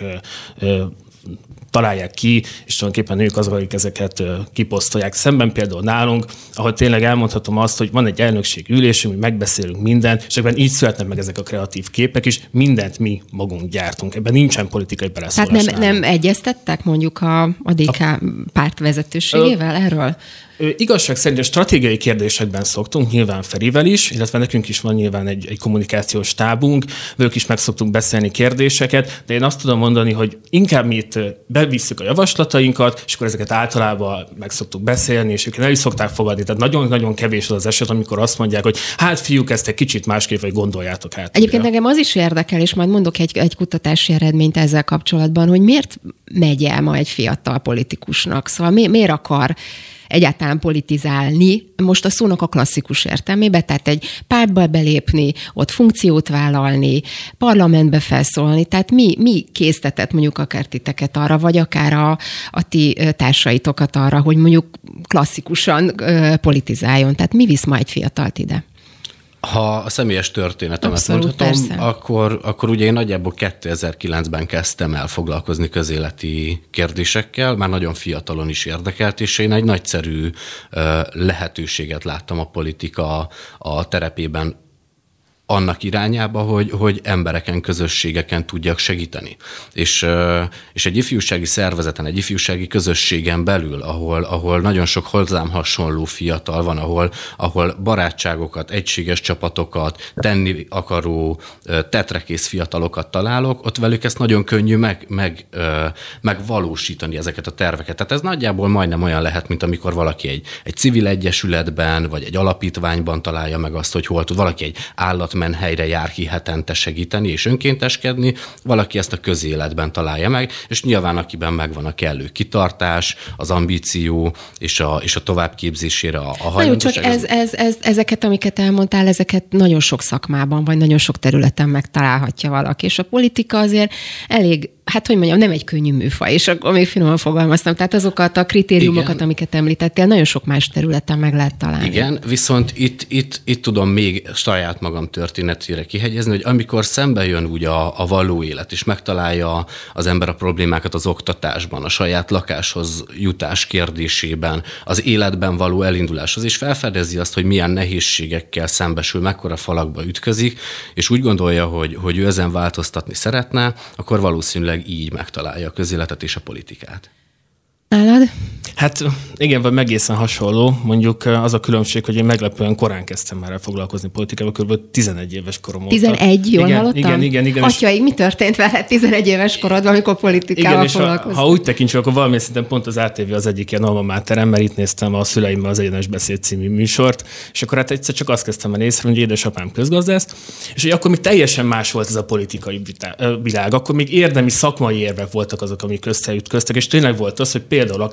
találják ki, és tulajdonképpen ők azok, akik ezeket kiposztolják. Szemben például nálunk, ahol tényleg elmondhatom azt, hogy van egy elnökség ülésünk, mi megbeszélünk mindent, és ebben így születnek meg ezek a kreatív képek is, mindent mi magunk gyártunk. Ebben nincsen politikai beleszólás. Tehát nem egyeztettek mondjuk a DK párt vezetőségével erről? Igazság szerint a stratégiai kérdésekben szoktunk, nyilván Ferivel is, illetve nekünk is van nyilván egy kommunikációs stábunk, velük is meg szoktunk beszélni kérdéseket, de én azt tudom mondani, hogy inkább mi itt bevisszük a javaslatainkat, és akkor ezeket általában meg szoktuk beszélni, és ők el is szokták fogadni. Tehát nagyon-nagyon kevés az eset, amikor azt mondják, hogy hát fiúk, ezt egy kicsit másképp, vagy gondoljátok át. Egyébként engem az is érdekel, és majd mondok egy kutatási eredményt ezzel kapcsolatban, hogy miért megy el ma egy fiatal politikusnak? Szóval miért akar egyáltalán politizálni, most a szónak a klasszikus értelmébe, tehát egy pártba belépni, ott funkciót vállalni, parlamentbe felszólalni, tehát mi késztetett mondjuk akár titeket arra, vagy akár a ti társaitokat arra, hogy mondjuk klasszikusan politizáljon, tehát mi visz ma egy fiatalt ide? Ha a személyes történetemet mondhatom, akkor ugye én nagyjából 2009-ben kezdtem el foglalkozni közéleti kérdésekkel, már nagyon fiatalon is érdekelt, és én egy nagyszerű lehetőséget láttam a politika a terepében annak irányába, hogy embereken, közösségeken tudjak segíteni. És egy ifjúsági szervezeten, egy ifjúsági közösségen belül, ahol nagyon sok hozzám hasonló fiatal van, ahol barátságokat, egységes csapatokat, tenni akaró, tetrekész fiatalokat találok, ott velük ezt nagyon könnyű megvalósítani ezeket a terveket. Tehát ez nagyjából majdnem olyan lehet, mint amikor valaki egy civil egyesületben, vagy egy alapítványban találja meg azt, hogy hol tud valaki egy helyre jár ki hetente segíteni és önkénteskedni, valaki ezt a közéletben találja meg, és nyilván akiben megvan a kellő kitartás, az ambíció és a továbbképzésére a hajlandóság. Csak ezeket, amiket elmondtál, ezeket nagyon sok szakmában, vagy nagyon sok területen megtalálhatja valaki, és a politika azért elég, nem egy könnyű műfaj, és akkor még finoman fogalmaztam. Tehát azokat a kritériumokat, igen, amiket említettél, nagyon sok más területen meg lehet találni. Igen, viszont itt tudom még saját magam történetére kihegyezni, hogy amikor szembe jön úgy a való élet, és megtalálja az ember a problémákat az oktatásban, a saját lakáshoz jutás kérdésében, az életben való elinduláshoz, és felfedezi azt, hogy milyen nehézségekkel szembesül, mekkora falakba ütközik, és úgy gondolja, hogy ő ezen változtatni szeretne, akkor valószínűleg így megtalálja a közéletet és a politikát. Nálad? Hát igen, vagy egészen hasonló. Mondjuk az a különbség, hogy én meglepően korán kezdtem már el foglalkozni politikával, kb. 11 éves korom óta. 11? Jól hallottam? Igen. Atyaig, mi történt veled 11 éves korodban, amikor politikával foglalkoztam? Ha úgy tekintsük, akkor valamilyen szinten pont az ATV az egyik ilyen alma máterem, mert itt néztem a Szüleimmel az Egyenes Beszéd című műsort, és akkor hát egyszer csak azt kezdtem el észre, hogy édesapám közgazdász, és hogy akkor még teljesen más volt ez a politikai világ. Akkor még érdemi szakmai érvek voltak azok, amik összeütköztek, és tényleg volt az, hogy például akár az Egyenes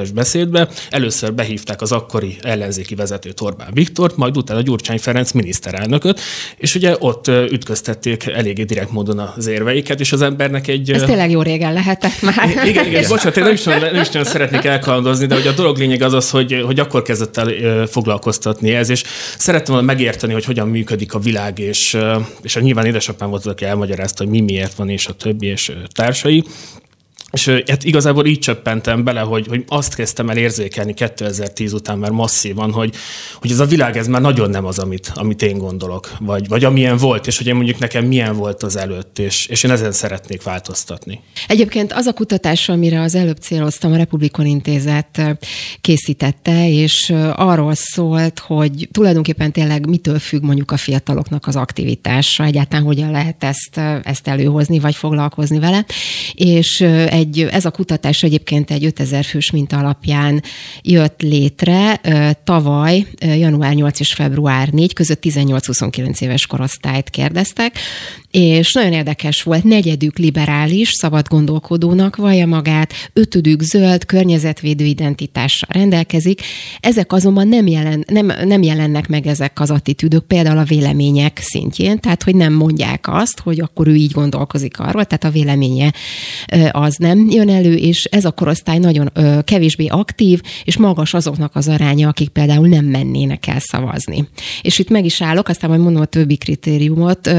hivatalos beszédbe. Először behívták az akkori ellenzéki vezetőt, Orbán Viktort, majd utána Gyurcsány Ferenc miniszterelnököt, és ugye ott ütköztették eléggé direkt módon az érveiket, és az embernek egy... Ez tényleg jó régen lehetett már. Igen, bocsánat, én nem is nagyon szeretnék elkalandozni, de hogy a dolog lényeg az, hogy akkor kezdett el foglalkoztatni ez, és szerettem volna megérteni, hogy hogyan működik a világ, és nyilván édesapám volt, aki elmagyarázta, hogy mi miért van, és a többi, és társai. És hát igazából így csöppentem bele, hogy azt kezdtem el érzékelni 2010 után már masszívan, hogy ez a világ ez már nagyon nem az, amit én gondolok, vagy amilyen volt, és hogy én mondjuk nekem milyen volt az előtt, és én ezen szeretnék változtatni. Egyébként az a kutatás, amire az előbb céloztam, a Republikon Intézet készítette, és arról szólt, hogy tulajdonképpen tényleg mitől függ mondjuk a fiataloknak az aktivitása, egyáltalán hogyan lehet ezt előhozni, vagy foglalkozni vele, és ez a kutatás egyébként egy 5000 fős minta alapján jött létre. Tavaly, január 8 és február 4 között 18-29 éves korosztályt kérdeztek, és nagyon érdekes volt, negyedük liberális, szabad gondolkodónak vallja magát, ötödük zöld, környezetvédő identitással rendelkezik. Ezek azonban nem jelennek meg ezek az attitűdök, például a vélemények szintjén, tehát hogy nem mondják azt, hogy akkor ő így gondolkozik arról, tehát a véleménye az nem jön elő, és ez a korosztály nagyon kevésbé aktív, és magas azoknak az aránya, akik például nem mennének el szavazni. És itt meg is állok, aztán majd mondom a többi kritériumot.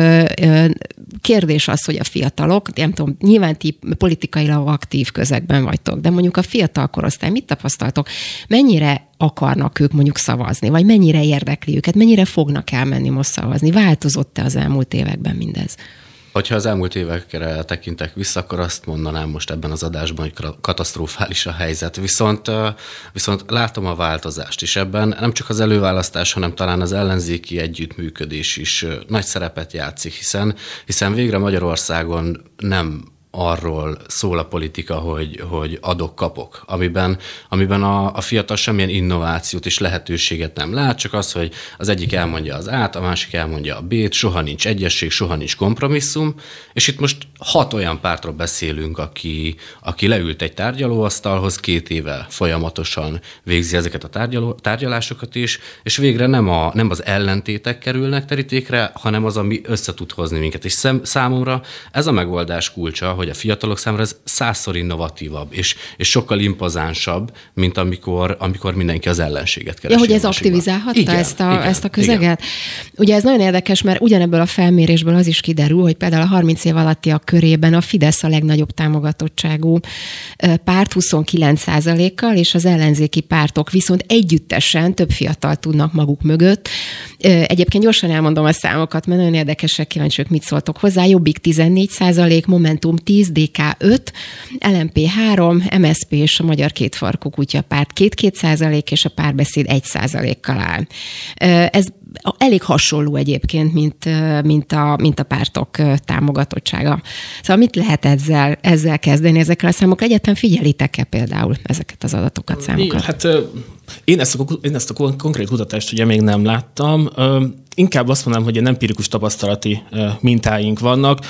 Kérdés az, hogy a fiatalok, nem tudom, nyilván ti politikailag aktív közegben vagytok, de mondjuk a fiatal korosztály, mit tapasztaltok? Mennyire akarnak ők mondjuk szavazni, vagy mennyire érdekli őket, mennyire fognak elmenni most szavazni? Változott-e az elmúlt években mindez? Hogyha az elmúlt évekre tekintek vissza, akkor azt mondanám most ebben az adásban, hogy katasztrofális a helyzet. Viszont látom a változást, és ebben nem csak az előválasztás, hanem talán az ellenzéki együttműködés is nagy szerepet játszik, hiszen végre Magyarországon nem arról szól a politika, hogy adok-kapok, amiben a fiatal semmilyen innovációt és lehetőséget nem lát, csak az, hogy az egyik elmondja az A-t, a másik elmondja a B-t, soha nincs egyesség, soha nincs kompromisszum, és itt most 6 olyan pártról beszélünk, aki leült egy tárgyalóasztalhoz, 2 éve folyamatosan végzi ezeket a tárgyalásokat is, és végre nem az ellentétek kerülnek terítékre, hanem az, ami össze tud hozni minket. És számomra ez a megoldás kulcsa, hogy a fiatalok számára ez 100-szor innovatívabb, és sokkal impozánsabb, mint amikor mindenki az ellenséget keresi. Ja, hogy ez aktivizálhatta ezt a közeget? Igen. Ugye ez nagyon érdekes, mert ugyanebből a felmérésből az is kiderül, hogy például a 30 év alattiak körében a Fidesz a legnagyobb támogatottságú párt 29%-kal, és az ellenzéki pártok viszont együttesen több fiatal tudnak maguk mögött. Egyébként gyorsan elmondom a számokat, mert nagyon érdekesek, kíváncsiak, mit szóltok hozzá. Jobbik 14%, Momentum 10, DK 5, LMP 3, MSZP és a Magyar Kétfarkú Kutyapárt 2%, és a Párbeszéd 1%-kal áll. Ez elég hasonló egyébként, mint a pártok támogatottsága. Szóval mit lehet ezzel kezdeni, ezekkel a számokkal? Egyáltalán figyelitek-e például ezeket az adatokat, számokat? Hát én ezt a konkrét kutatást ugye még nem láttam. Inkább azt mondanám, hogy ilyen empirikus tapasztalati mintáink vannak.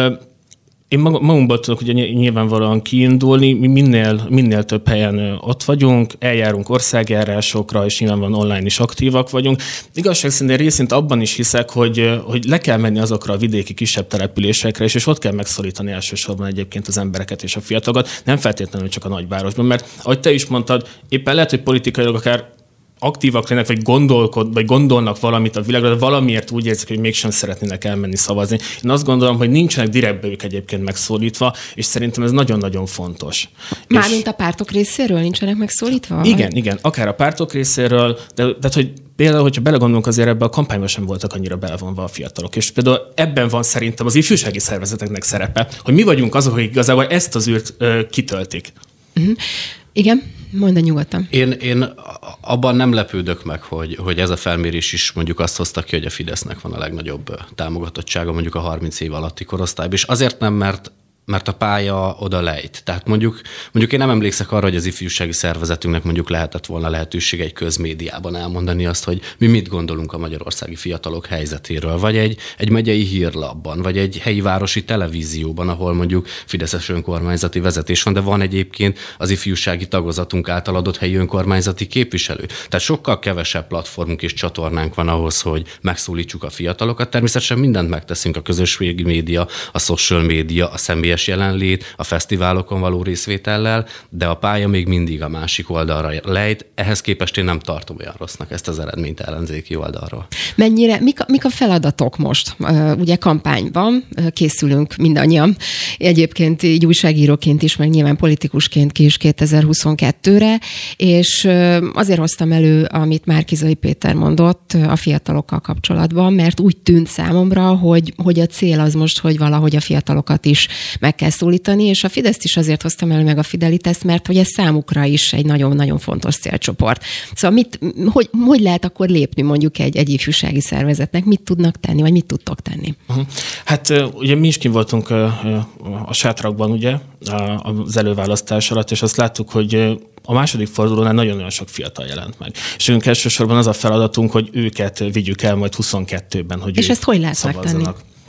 Én magunkból tudok ugye nyilvánvalóan kiindulni, mi minél több helyen ott vagyunk, eljárunk országjárásokra, és nyilvánvalóan online is aktívak vagyunk. Igazság szerint részint abban is hiszek, hogy le kell menni azokra a vidéki kisebb településekre, és ott kell megszólítani elsősorban egyébként az embereket és a fiatalokat, nem feltétlenül csak a nagyvárosban, mert ahogy te is mondtad, éppen lehet, hogy politikailag akár aktívak lennek, vagy gondolnak valamit a világra, de valamiért úgy érzik, hogy mégsem szeretnének elmenni szavazni. Én azt gondolom, hogy nincsenek direktbe ők egyébként megszólítva, és szerintem ez nagyon-nagyon fontos. Mármint a pártok részéről nincsenek megszólítva? Igen, akár a pártok részéről, de hogy például, hogyha belegondolunk, azért ebben a kampányban sem voltak annyira belevonva a fiatalok. És például ebben van szerintem az ifjúsági szervezeteknek szerepe, hogy mi vagyunk azok, akik igazából ezt az űrt kitöltik. Uh-huh. Igen, mondd nyugodtan. Én abban nem lepődök meg, hogy ez a felmérés is mondjuk azt hozta ki, hogy a Fidesznek van a legnagyobb támogatottsága mondjuk a 30 év alatti korosztályban. És azért nem, mert mert a pálya oda lejt. Tehát mondjuk én nem emlékszek arra, hogy az ifjúsági szervezetünknek mondjuk lehetett volna lehetőség egy közmédiában elmondani azt, hogy mi mit gondolunk a magyarországi fiatalok helyzetéről, vagy egy megyei hírlapban, vagy egy helyi városi televízióban, ahol mondjuk fideszes önkormányzati vezetés van, de van egyébként az ifjúsági tagozatunk által adott helyi önkormányzati képviselő. Tehát sokkal kevesebb platformunk és csatornánk van ahhoz, hogy megszólítsuk a fiatalokat. Természetesen mindent megteszünk, a közösségi média, a social média, a személyes jelenlét, a fesztiválokon való részvétellel, de a pálya még mindig a másik oldalra lejt. Ehhez képest én nem tartom olyan rossznak ezt az eredményt ellenzéki oldalról. Mik a feladatok most? Ugye kampány van, készülünk mindannyian. Egyébként így újságíróként is, meg nyilván politikusként is 2022-re, és azért hoztam elő, amit Márki-Zay Péter mondott a fiatalokkal kapcsolatban, mert úgy tűnt számomra, hogy a cél az most, hogy valahogy a fiatalokat is meg kell szólítani, és a Fideszt is azért hoztam elő meg a Fidelitet, mert hogy ez számukra is egy nagyon-nagyon fontos célcsoport. Szóval hogy lehet akkor lépni mondjuk egy ifjúsági szervezetnek? Mit tudnak tenni, vagy mit tudtok tenni? Hát ugye mi is kint voltunk a sátrakban, ugye, az előválasztás alatt, és azt láttuk, hogy a második fordulónál nagyon-nagyon sok fiatal jelent meg. És nekünk elsősorban az a feladatunk, hogy őket vigyük el majd 22-ben, hogy és ezt hogy lehet megtenni?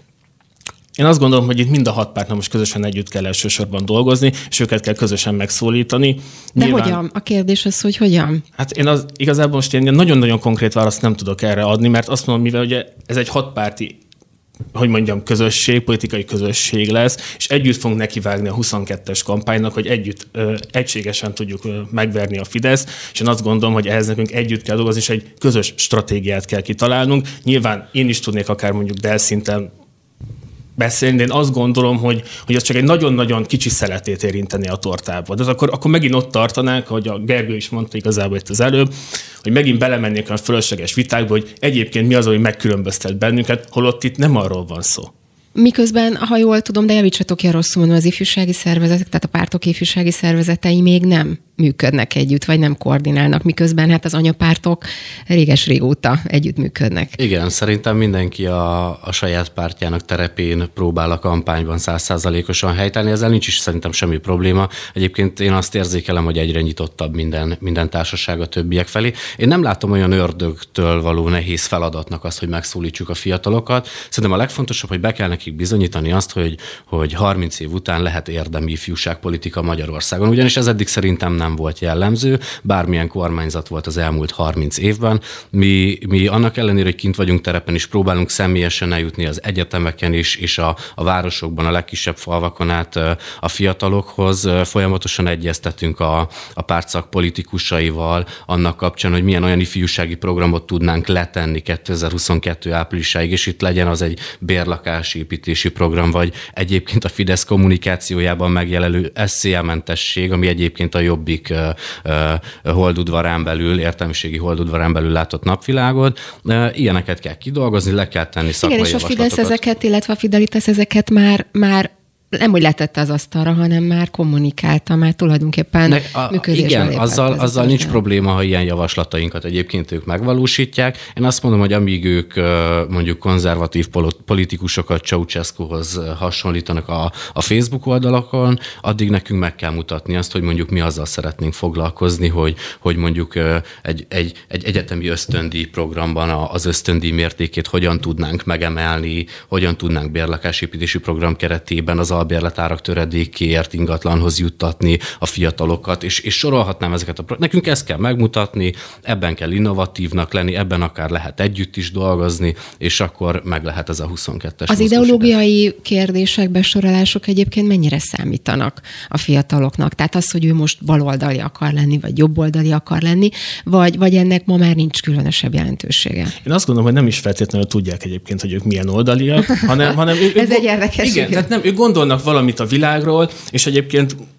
Én azt gondolom, hogy itt mind a 6 pártnak most közösen együtt kell elsősorban dolgozni, és őket kell közösen megszólítani. De hogyan? A kérdés az, hogy hogyan? Hát igazából most én nagyon-nagyon konkrét választ nem tudok erre adni, mert azt mondom, mivel ugye ez egy 6 párti, hogy mondjam, politikai közösség lesz, és együtt fogunk nekivágni a 22-es kampánynak, hogy együtt egységesen tudjuk megverni a Fidesz, és én azt gondolom, hogy ehhez nekünk együtt kell dolgozni, és egy közös stratégiát kell kitalálnunk. Nyilván én is tudnék akár mondjuk delszinten beszélni, de én azt gondolom, hogy az csak egy nagyon-nagyon kicsi szeletét érinteni a tortába. De akkor megint ott tartanánk, ahogy a Gergő is mondta igazából itt az előbb, hogy megint belemennék a fölösleges vitákba, hogy egyébként mi az, ami megkülönböztet bennünket, holott itt nem arról van szó. Miközben, ha jól tudom, de javítsatok ki, rosszul mondom, az ifjúsági szervezetek, tehát a pártok ifjúsági szervezetei még nem működnek együtt, vagy nem koordinálnak, miközben hát az anyapártok réges-régóta együttműködnek. Igen, szerintem mindenki a saját pártjának terepén próbál a kampányban 100%-osan helytállni, ezzel nincs is szerintem semmi probléma. Egyébként én azt érzékelem, hogy egyre nyitottabb minden társaság a többiek felé. Én nem látom olyan ördögtől való nehéz feladatnak azt, hogy megszólítsuk a fiatalokat. Szerintem a legfontosabb, hogy be kell nekik bizonyítani azt, hogy 30 év után lehet érdemi ifjúságpolitika Magyarországon. Ugyanis ez eddig szerintem nem volt jellemző, bármilyen kormányzat volt az elmúlt 30 évben. Mi annak ellenére, hogy kint vagyunk terepen is, próbálunk személyesen eljutni az egyetemeken is, és a városokban, a legkisebb falvakon át a fiatalokhoz. Folyamatosan egyeztetünk a pártszak politikusaival annak kapcsán, hogy milyen olyan ifjúsági programot tudnánk letenni 2022 áprilisáig, és itt legyen az egy bérlakásépítési program, vagy egyébként a Fidesz kommunikációjában megjelenő SZIA-mentesség, ami egyébként a Jobbik holdudvarán belül, értelmiségi holdudvarán belül látott napvilágot. Ilyeneket kell kidolgozni, le kell tenni szakmai javaslatokat. Igen, és a Fidesz ezeket, illetve a Fidelitas ezeket már nem úgy letette az asztalra, hanem már kommunikálta, már tulajdonképpen működésben. Igen, azzal nincs probléma, ha ilyen javaslatainkat egyébként ők megvalósítják. Én azt mondom, hogy amíg ők mondjuk konzervatív politikusokat Ceausescuhoz hasonlítanak a Facebook oldalakon, addig nekünk meg kell mutatni azt, hogy mondjuk mi azzal szeretnénk foglalkozni, hogy mondjuk egy egyetemi ösztöndíj programban az ösztöndíj mértékét hogyan tudnánk megemelni, hogyan tudnánk bérlakásépítési program keretében az albérletárak töredékéért ingatlanhoz juttatni a fiatalokat, és sorolhatnám ezeket nekünk ezt kell megmutatni, ebben kell innovatívnak lenni, ebben akár lehet együtt is dolgozni, és akkor meg lehet ez a 22-es. Az ideológiai kérdések, besorolások egyébként mennyire számítanak a fiataloknak? Tehát az, hogy ő most baloldali akar lenni, vagy jobboldali akar lenni, vagy ennek ma már nincs különösebb jelentősége? Én azt gondolom, hogy nem is feltétlenül tudják egyébként, hogy ők milyen oldaliak, hanem ez egy érdekes. Igen, tehát nem, ők gondolnak valamit a világról, és egyébként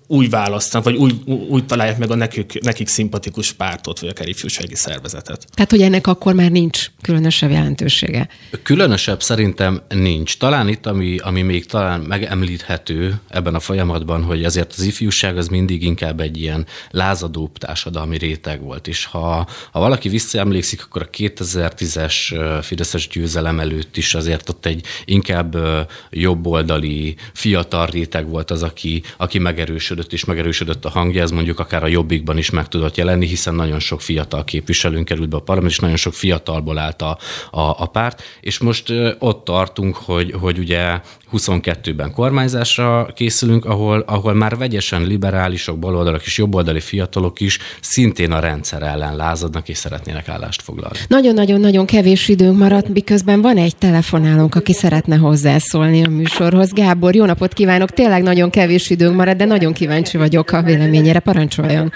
úgy választanak, vagy úgy találják meg a nekik szimpatikus pártot, vagy akár ifjúsági szervezetet. Tehát, hogy ennek akkor már nincs különösebb jelentősége? Különösebb szerintem nincs. Talán itt, ami még talán megemlíthető ebben a folyamatban, hogy azért az ifjúság az mindig inkább egy ilyen lázadóbb társadalmi réteg volt. És ha valaki visszaemlékszik, akkor a 2010-es fideszes győzelem előtt is azért ott egy inkább jobboldali fiatal réteg volt az, aki megerősödött, és megerősödött a hangja, ez mondjuk akár a Jobbikban is meg tudott jelenni, hiszen nagyon sok fiatal képviselőnk került be a parlament, és nagyon sok fiatalból állt a párt, és most ott tartunk, hogy ugye 22-ben kormányzásra készülünk, ahol már vegyesen liberálisok, baloldalak és jobboldali fiatalok is szintén a rendszer ellen lázadnak, és szeretnének állást foglalni. Nagyon-nagyon-nagyon kevés időnk maradt, miközben van egy telefonálónk, aki szeretne hozzászólni a műsorhoz. Gábor, jó napot kívánok! Tényleg nagyon kevés időnk maradt, de nagyon kíváncsi vagyok a véleményére. Parancsoljon!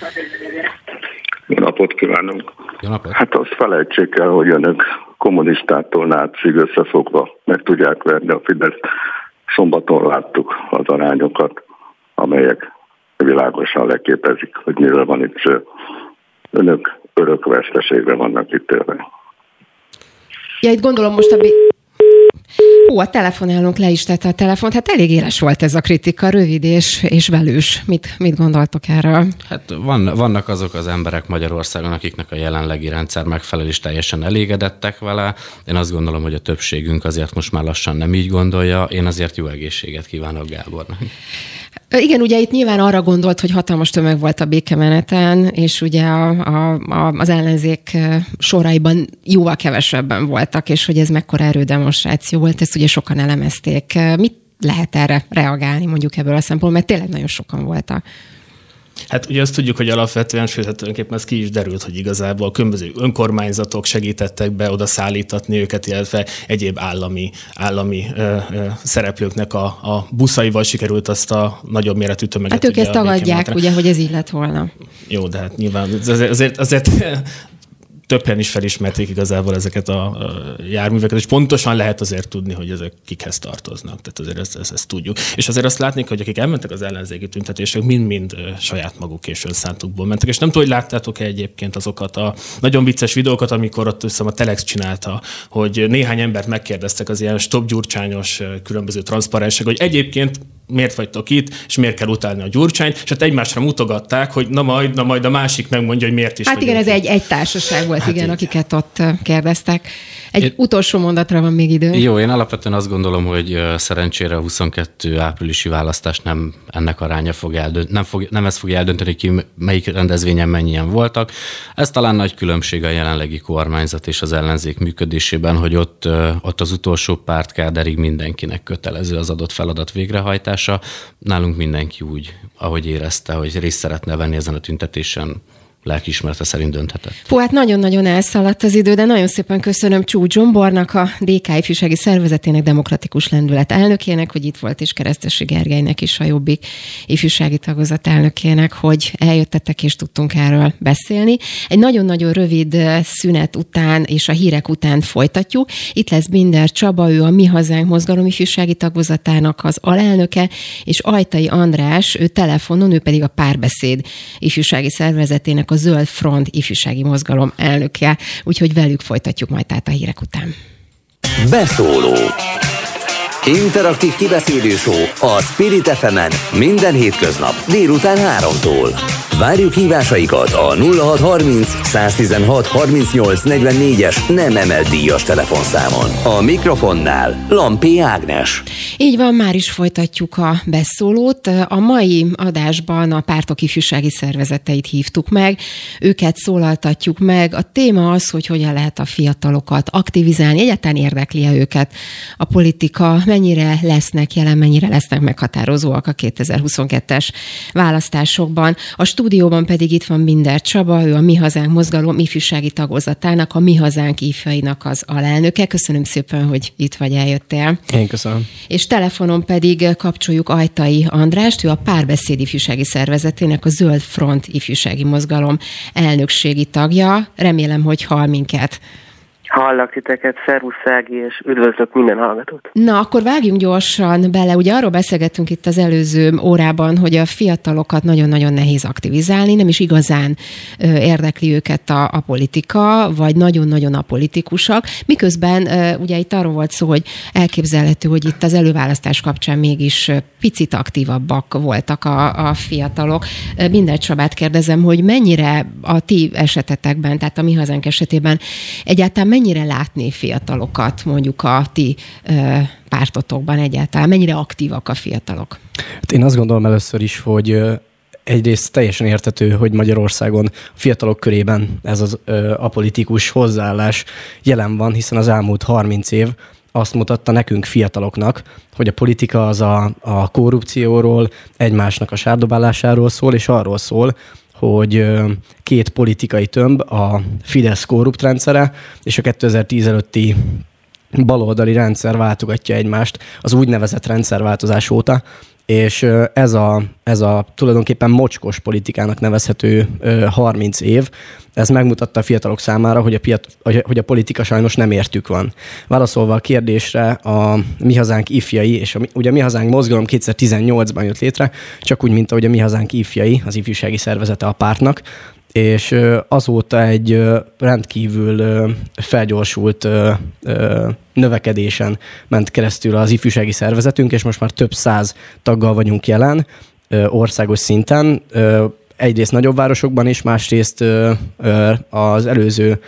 Jó napot kívánok! Jó napot! Hát azt felejtsék el, hogy önök kommunistától nácig összefogva meg tudják verni a Fidesz. Szombaton láttuk az arányokat, amelyek világosan leképezik, hogy miről van itt szó. Önök örök veszteségre vannak itt élve. Ja, itt gondolom most a telefonálónk le is tette a telefont. Hát elég éles volt ez a kritika, rövid és velős. Mit gondoltok erről? Hát vannak azok az emberek Magyarországon, akiknek a jelenlegi rendszer megfelel, és teljesen elégedettek vele. Én azt gondolom, hogy a többségünk azért most már lassan nem így gondolja. Én azért jó egészséget kívánok Gábornak. Igen, ugye itt nyilván arra gondolt, hogy hatalmas tömeg volt a békemeneten, és ugye az ellenzék soraiban jóval kevesebben voltak, és hogy ez mekkora erődemonstráció volt, ezt ugye sokan elemezték. Mit lehet erre reagálni mondjuk ebből a szempontból, mert tényleg nagyon sokan voltak? Hát ugye azt tudjuk, hogy alapvetően, sőt, hát tulajdonképpen ez ki is derült, hogy igazából különböző önkormányzatok segítettek be oda szállítatni őket, illetve egyéb állami szereplőknek a buszaival sikerült azt a nagyobb méretű tömeget. Hát ők ezt tagadják, ugye, hogy ez így lett volna. Jó, de hát nyilván azért többen is felismerték igazából ezeket a járműveket, és pontosan lehet azért tudni, hogy ezek kikhez tartoznak. Tehát azért ezt tudjuk. És azért azt látni, hogy akik elmentek az ellenzéki tüntetések, mind-mind saját maguk és önszántukból mentek. És nem tudom, hogy láttátok-e egyébként azokat a nagyon vicces videókat, amikor ott a Telex csinálta, hogy néhány embert megkérdeztek az ilyen stop gyurcsányos különböző transzparensek, hogy egyébként miért vagytok itt, és miért kell utálni a Gyurcsányt, és hát egymásra mutogatták, hogy na majd a másik megmondja, hogy miért is. Hát igen, ez egy társaság volt, hát igen, akiket ott kérdeztek. Utolsó mondatra van még idő. Jó, én alapvetően azt gondolom, hogy szerencsére a 22 áprilisi választást nem ennek aránya fog eldönteni, nem ez fogja eldönteni, ki melyik rendezvényen mennyien voltak. Ez talán nagy különbség a jelenlegi kormányzat és az ellenzék működésében, hogy ott az utolsó pártkáderig mindenkinek kötelező az adott feladat végrehajtása. Nálunk mindenki úgy, ahogy érezte, hogy részt szeretne venni ezen a tüntetésen, lelkiismerete szerint dönthetett. Hát nagyon-nagyon elszaladt az idő, de nagyon szépen köszönöm Csúcs Zsombornak, a DK ifjúsági szervezetének demokratikus lendület elnökének, hogy itt volt, és Keresztesi Gergelynek is, a Jobbik ifjúsági tagozat elnökének, hogy eljöttetek és tudtunk erről beszélni. Egy nagyon-nagyon rövid szünet után és a hírek után folytatjuk. Itt lesz Binder Csaba, ő a Mi Hazánk mozgalom ifjúsági tagozatának az alelnöke, és Ajtai András, ő telefonon, ő pedig a Párbeszéd ifjúsági szervezetének a Zöld Front ifjúsági mozgalom elnöke, úgyhogy velük folytatjuk majd át a hírek után. Beszóló. Interaktív kibeszélő show a Spirit FM-en minden hétköznap délután 3-tól. Várjuk hívásaikat a 0630 116 38 44-es nem emelt díjas telefonszámon. A mikrofonnál Lampi Ágnes. Így van, már is folytatjuk a beszólót. A mai adásban a pártok ifjúsági szervezeteit hívtuk meg, őket szólaltatjuk meg. A téma az, hogy hogyan lehet a fiatalokat aktivizálni, egyáltalán érdekli-e őket a politika, mennyire lesznek jelen, mennyire lesznek meghatározóak a 2022-es választásokban. A stúdióban pedig itt van Binder Csaba, ő a Mi Hazánk mozgalom ifjúsági tagozatának, a Mi Hazánk ifjainak az alelnöke. Köszönöm szépen, hogy itt vagy, eljöttél. Én köszönöm. És telefonon pedig kapcsoljuk Ajtai Andrást, ő a Párbeszéd ifjúsági szervezetének, a Zöld Front ifjúsági mozgalom elnökségi tagja. Remélem, hogy hall minket. Hallak titeket, szervusz Ági, és üdvözlök minden hallgatót. Na, akkor vágjunk gyorsan bele. Ugye arról beszélgettünk itt az előző órában, hogy a fiatalokat nagyon-nagyon nehéz aktivizálni, nem is igazán érdekli őket a politika, vagy nagyon-nagyon a politikusok. Miközben ugye itt arról volt szó, hogy elképzelhető, hogy itt az előválasztás kapcsán mégis picit aktívabbak voltak a fiatalok. Mindegy Csabát kérdezem, hogy mennyire a ti esetetekben, tehát a Mi Hazánk esetében egyáltalán mennyire látni fiatalokat mondjuk a ti pártotokban egyáltalán? Mennyire aktívak a fiatalok? Hát én azt gondolom először is, hogy egyrészt teljesen érthető, hogy Magyarországon a fiatalok körében ez az apolitikus hozzáállás jelen van, hiszen az elmúlt 30 év azt mutatta nekünk fiataloknak, hogy a politika az a korrupcióról, egymásnak a sárdobálásáról szól, és arról szól, hogy két politikai tömb, a Fidesz korrupt rendszere és a 2010 előtti baloldali rendszer váltogatja egymást az úgynevezett rendszerváltozás óta, és ez a tulajdonképpen mocskos politikának nevezhető 30 év, ez megmutatta a fiatalok számára, hogy a politika sajnos nem értük van. Válaszolva a kérdésre, a Mi Hazánk ifjai, és ugye a Mi Hazánk mozgalom 2018-ban jött létre, csak úgy, mint ahogy a Mi Hazánk ifjai, az ifjúsági szervezete a pártnak, és azóta egy rendkívül felgyorsult növekedésen ment keresztül az ifjúsági szervezetünk, és most már több 100 taggal vagyunk jelen országos szinten, egyrészt nagyobb városokban is, másrészt az előző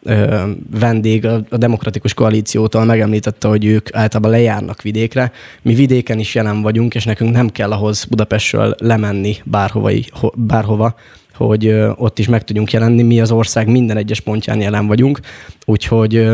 vendég a Demokratikus Koalíciótól megemlítette, hogy ők általában lejárnak vidékre. Mi vidéken is jelen vagyunk, és nekünk nem kell ahhoz Budapestről lemenni bárhova, hogy ott is meg tudjunk jelenni. Mi az ország minden egyes pontján jelen vagyunk, úgyhogy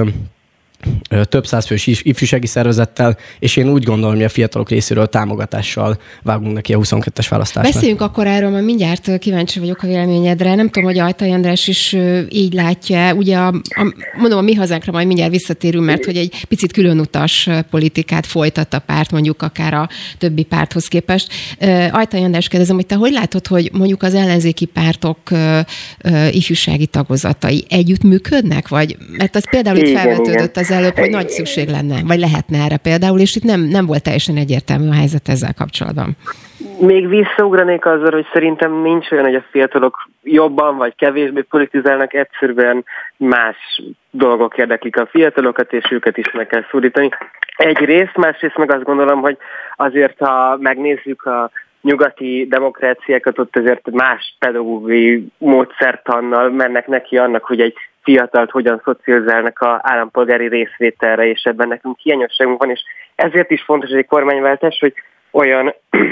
több 100 fős ifjúsági szervezettel, és én úgy gondolom, hogy a fiatalok részéről támogatással vágunk neki a 22-es választásnak. Beszéljünk akkor erről, mert mindjárt kíváncsi vagyok a véleményedre. Nem tudom, hogy Ajtai András is így látja. Ugye mondom, a Mi Hazánkra majd mindjárt visszatérünk, mert hogy egy picit különutas politikát folytat a párt, mondjuk akár a többi párthoz képest. Ajtai András, kérdezem, hogy te hogy látod, hogy mondjuk az ellenzéki pártok ifjúsági tagozatai együttműködnek? Vagy, mert az például itt felvetődött az előbb, hogy nagy szükség lenne, vagy lehetne erre például, és itt nem volt teljesen egyértelmű a helyzet ezzel kapcsolatban. Még visszaugranék azzal, hogy szerintem nincs olyan, hogy a fiatalok jobban vagy kevésbé politizálnak, egyszerűen más dolgok érdeklik a fiatalokat, és őket is meg kell szólítani. Egyrészt, másrészt meg azt gondolom, hogy azért, ha megnézzük a nyugati demokráciákat, ott azért más pedagógiai módszertannal mennek neki annak, hogy egy fiatalt hogyan szocializálnak az állampolgári részvételre, és ebben nekünk hiányosságunk van, és ezért is fontos egy kormányváltás, hogy olyan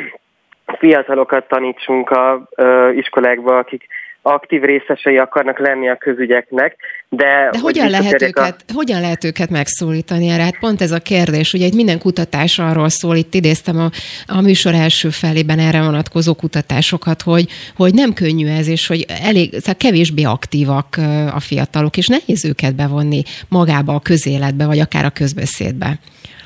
fiatalokat tanítsunk az iskolákba, akik aktív részesei akarnak lenni a közügyeknek. De hogyan lehet őket megszólítani erre? Hát pont ez a kérdés. Ugye itt minden kutatás arról szól, itt idéztem a műsor első felében erre vonatkozó kutatásokat, hogy nem könnyű ez, és hogy kevésbé aktívak a fiatalok, és nehéz őket bevonni magába a közéletbe, vagy akár a közbeszédbe.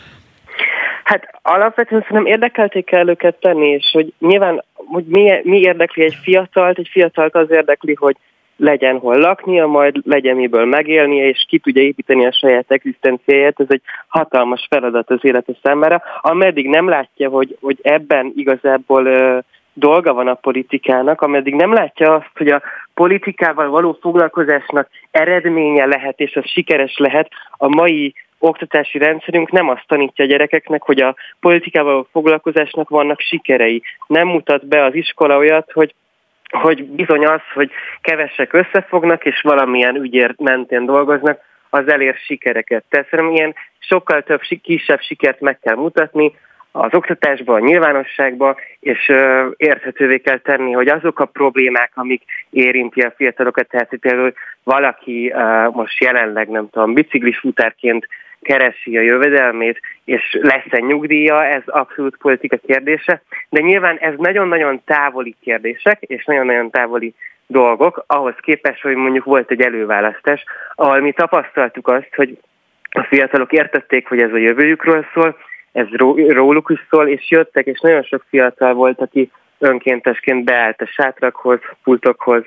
Hát alapvetően szerintem érdekelték kell őket tenni, és hogy nyilván hogy mi érdekli egy fiatalt az érdekli, hogy legyen hol laknia, majd legyen miből megélnie, és ki tudja építeni a saját egzisztenciáját. Ez egy hatalmas feladat az élete számára. Ameddig nem látja, hogy ebben igazából dolga van a politikának, ameddig nem látja azt, hogy a politikával való foglalkozásnak eredménye lehet, és az sikeres lehet, a mai oktatási rendszerünk nem azt tanítja a gyerekeknek, hogy a politikával foglalkozásnak vannak sikerei. Nem mutat be az iskola olyat, hogy bizony az, hogy kevesek összefognak, és valamilyen ügyért mentén dolgoznak, az elér sikereket. Tehát szerintem ilyen sokkal több kisebb sikert meg kell mutatni az oktatásban, a nyilvánosságban, és érthetővé kell tenni, hogy azok a problémák, amik érinti a fiatalokat, tehát például valaki most jelenleg, nem tudom, biciklisfutárként keresi a jövedelmét, és lesz-e nyugdíja, ez abszolút politika kérdése, de nyilván ez nagyon-nagyon távoli kérdések, és nagyon-nagyon távoli dolgok, ahhoz képest, hogy mondjuk volt egy előválasztás, ahol mi tapasztaltuk azt, hogy a fiatalok értették, hogy ez a jövőjükről szól, ez róluk is szól, és jöttek, és nagyon sok fiatal volt, aki önkéntesként beállt a sátrakhoz, pultokhoz,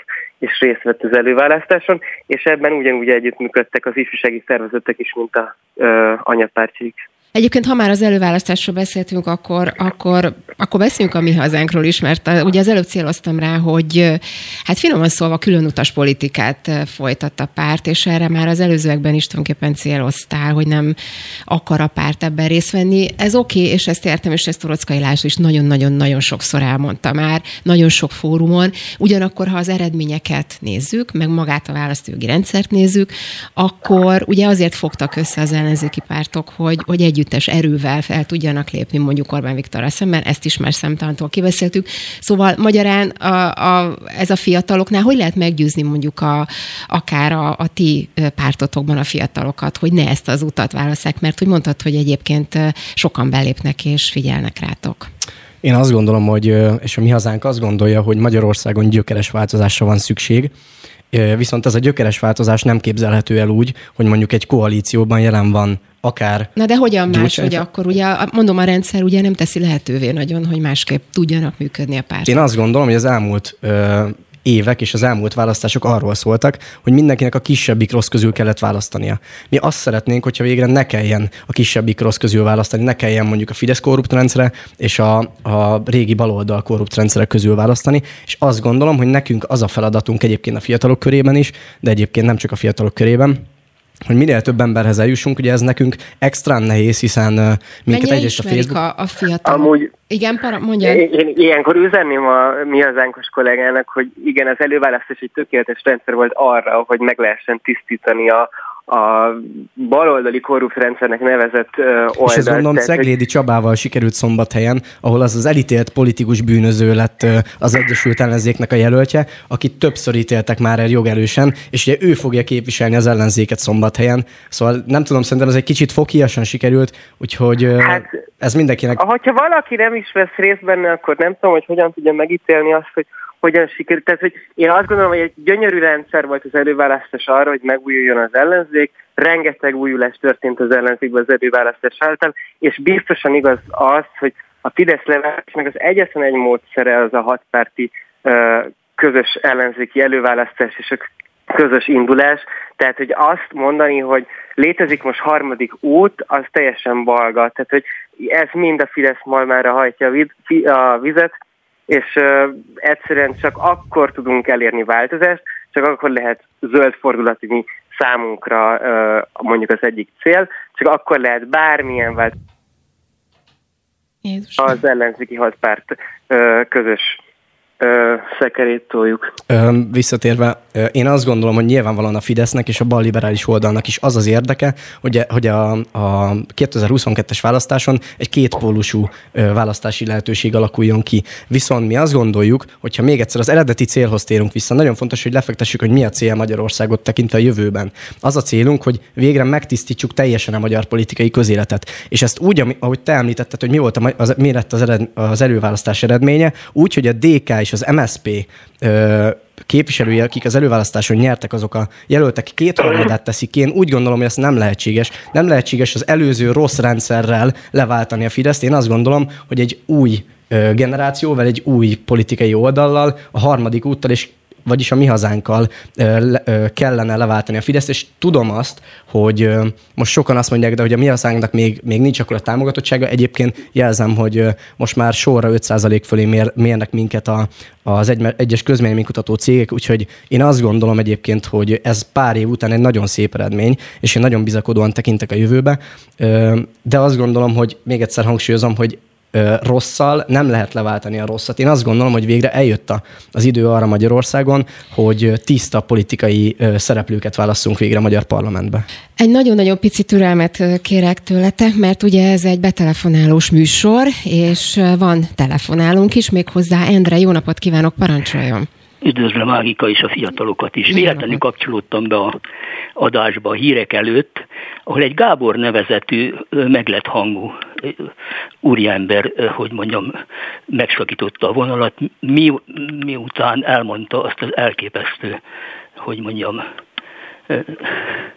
és részt vett az előválasztáson, és ebben ugyanúgy együttműködtek az ifjúsági szervezetek is, mint a anyapártjaik. Egyébként, ha már az előválasztásról beszéltünk, akkor beszéljünk a Mi Hazánkról is, mert ugye az előbb céloztam rá, hogy hát finoman szólva különutas politikát folytat a párt, és erre már az előzőekben is tulajdonképpen céloztál, hogy nem akar a párt ebben részt venni. Ez oké, és ezt értem, és ezt Toroczkai László is nagyon-nagyon-nagyon sokszor elmondta már, nagyon sok fórumon. Ugyanakkor, ha az eredményeket nézzük, meg magát a választójogi rendszert nézzük, akkor ugye azért fogtak össze az ellenzéki pártok, hogy együttes erővel fel tudjanak lépni mondjuk Orbán Viktorral szemben, ezt is már számtalantól kibeszéltük. Szóval magyarán ez a fiataloknál hogy lehet meggyőzni mondjuk akár a ti pártotokban a fiatalokat, hogy ne ezt az utat válasszák, mert hogy mondtad, hogy egyébként sokan belépnek és figyelnek rátok. Én azt gondolom, hogy, és a Mi Hazánk azt gondolja, hogy Magyarországon gyökeres változásra van szükség, viszont ez a gyökeres változás nem képzelhető el úgy, hogy mondjuk egy koalícióban jelen van akár... Na de hogyan máshogy akkor? Ugye, mondom, a rendszer ugye nem teszi lehetővé nagyon, hogy másképp tudjanak működni a pártok. Én azt gondolom, hogy az elmúlt évek és az elmúlt választások arról szóltak, hogy mindenkinek a kisebbik rossz közül kellett választania. Mi azt szeretnénk, hogyha végre ne kelljen a kisebbik rossz közül választani, ne kelljen mondjuk a Fidesz korrupt rendszere és a régi baloldal korrupt rendszerek közül választani, és azt gondolom, hogy nekünk az a feladatunk egyébként a fiatalok körében is, de egyébként nem csak a fiatalok körében, hogy minél több emberhez eljussunk, ugye ez nekünk extrán nehéz, hiszen minket egyrészt a Facebook... a fiatalok? Amúgy igen, mondjad. Én ilyenkor üzenném a Mi Hazánkos kollégának, hogy igen, az előválasztás egy tökéletes rendszer volt arra, hogy meg lehessen tisztítani a baloldali korrupt rendszernek nevezett oldalt. És ezt mondom, Ceglédi Csabával sikerült Szombathelyen, ahol az elítélt politikus bűnöző lett az Egyesült Ellenzéknek a jelöltje, akit többször ítéltek már el jogerősen, és ugye ő fogja képviselni az ellenzéket Szombathelyen. Szóval nem tudom, szerintem ez egy kicsit foghíjasan sikerült, úgyhogy ez mindenkinek... Ha valaki nem is vesz részt benne, akkor nem tudom, hogy hogyan tudja megítélni azt, hogy hogyan sikerült. Tehát, hogy én azt gondolom, hogy egy gyönyörű rendszer volt az előválasztás arra, hogy megújuljon az ellenzék. Rengeteg újulás történt az ellenzékben az előválasztás által, és biztosan igaz az, hogy a Fidesz leválasztásnak az egyetlen egy módszere az a hatpárti közös ellenzéki előválasztás és a közös indulás. Tehát, hogy azt mondani, hogy létezik most harmadik út, az teljesen balga. Tehát, hogy ez mind a Fidesz malmára hajtja a vizet, és egyszerűen csak akkor tudunk elérni változást, csak akkor lehet zöld fordulatni számunkra mondjuk az egyik cél, csak akkor lehet bármilyen változás az ellenzéki hatpárt közös szekerét toljuk. Visszatérve, én azt gondolom, hogy nyilvánvalóan a Fidesznek és a balliberális oldalnak is az az érdeke, hogy a 2022-es választáson egy kétpólusú választási lehetőség alakuljon ki. Viszont mi azt gondoljuk, hogyha még egyszer az eredeti célhoz térünk vissza, nagyon fontos, hogy lefektessük, hogy mi a cél Magyarországot tekintve a jövőben. Az a célunk, hogy végre megtisztítsuk teljesen a magyar politikai közéletet. És ezt úgy, ahogy te említetted, hogy mi lett az előválasztás eredménye, úgy, hogy a DK és az MSZP képviselői, akik az előválasztáson nyertek, azok a jelöltek kétharmadát teszik ki. Én úgy gondolom, hogy ez nem lehetséges. Nem lehetséges az előző rossz rendszerrel leváltani a Fideszt. Én azt gondolom, hogy egy új generációval, egy új politikai oldallal, a harmadik úttal és vagyis a Mi Hazánkkal kellene leváltani a Fideszt, és tudom azt, hogy most sokan azt mondják, de hogy a Mi Hazánknak még nincs akkor a támogatottsága. Egyébként jelzem, hogy most már sorra 5% fölé mérnek minket az egyes közvéleménykutató cégek, úgyhogy én azt gondolom egyébként, hogy ez pár év után egy nagyon szép eredmény, és én nagyon bizakodóan tekintek a jövőbe, de azt gondolom, hogy még egyszer hangsúlyozom, hogy rosszal nem lehet leváltani a rosszat. Én azt gondolom, hogy végre eljött az idő arra Magyarországon, hogy tiszta politikai szereplőket válasszunk végre a magyar parlamentbe. Egy nagyon-nagyon pici türelmet kérek tőletek, mert ugye ez egy betelefonálós műsor, és van telefonálunk is, méghozzá Endre. Jó napot kívánok, parancsoljon! Üdvözlöm Ágika és a fiatalokat is. Véletlenül kapcsolódtam be a adásba a hírek előtt, ahol egy Gábor nevezetű meglett hangú úriember, hogy mondjam, megszakította a vonalat, miután elmondta azt az elképesztő, hogy mondjam...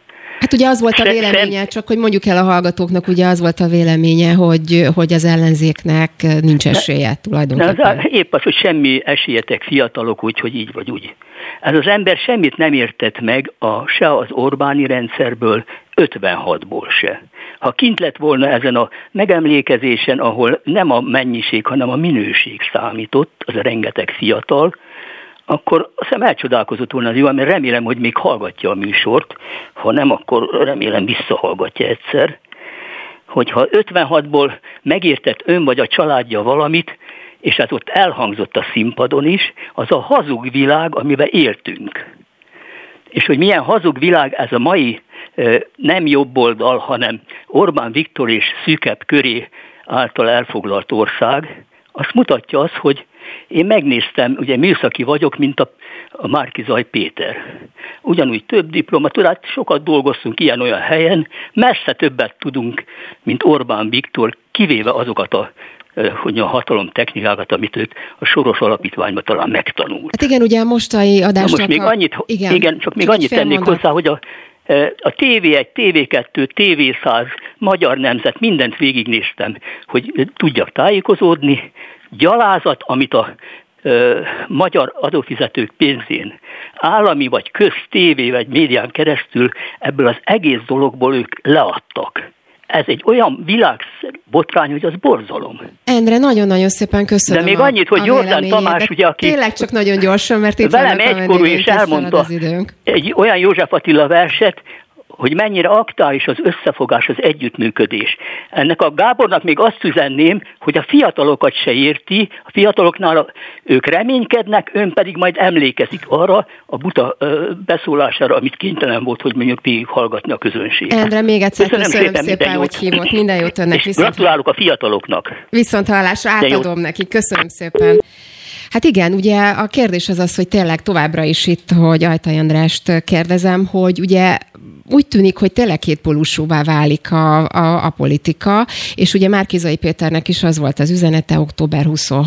Hát ugye az volt a véleménye, csak hogy mondjuk el a hallgatóknak, ugye az volt a véleménye, hogy az ellenzéknek nincs esélye tulajdonképpen. Épp az, hogy semmi esélyetek fiatalok, úgyhogy így vagy úgy. Ez az ember semmit nem értett meg se az Orbáni rendszerből, 56-ból se. Ha kint lett volna ezen a megemlékezésen, ahol nem a mennyiség, hanem a minőség számított, az a rengeteg fiatal, akkor azt hiszem elcsodálkozott volna az jó, mert remélem, hogy még hallgatja a műsort, ha nem, akkor remélem visszahallgatja egyszer, hogyha 56-ból megértett ön vagy a családja valamit, és ez ott elhangzott a színpadon is, az a hazug világ, amiben éltünk. És hogy milyen hazug világ ez a mai nem jobboldal, hanem Orbán Viktor és szűkebb köré által elfoglalt ország, azt mutatja az, hogy én megnéztem, ugye műszaki vagyok, mint a Márki-Zay Péter. Ugyanúgy több diplomatúrát, sokat dolgoztunk ilyen-olyan helyen, messze többet tudunk, mint Orbán Viktor, kivéve azokat a hatalomtechnikákat, amit ők a Soros Alapítványban talán megtanult. Hát igen, ugye a mostani adásnak... Most még annyit tennék hozzá, hogy a TV1, TV2, TV100, Magyar Nemzet, mindent végignéztem, hogy tudjak tájékozódni. Gyalázat, amit a magyar adófizetők pénzén állami vagy köztévé vagy médián keresztül ebből az egész dologból ők leadtak. Ez egy olyan világbotrány, hogy az borzalom. Endre, nagyon-nagyon szépen köszönöm. De még annyit, hogy Jordán Tamás, ugye, aki... Tényleg csak nagyon gyorsan, mert itt velem egykorú és elmondta egy olyan József Attila verset, hogy mennyire aktuális az összefogás, az együttműködés. Ennek a Gábornak még azt üzenném, hogy a fiatalokat se érti, a fiataloknál ők reménykednek, ön pedig majd emlékezik arra a buta beszólására, amit kénytelen volt, hogy mondjuk végig hallgatni a közönség. Endre, még egyszer köszönöm szépen, hogy hívott. Minden jót önnek. És gratulálok a fiataloknak. Viszonthallásra, átadom neki. Köszönöm szépen. Hát igen, ugye a kérdés az, hogy tényleg továbbra is itt, hogy Ajtai Andrást kérdezem, hogy ugye úgy tűnik, hogy tényleg kétpólusúvá válik a politika, és ugye Márki-Zay Péternek is az volt az üzenete október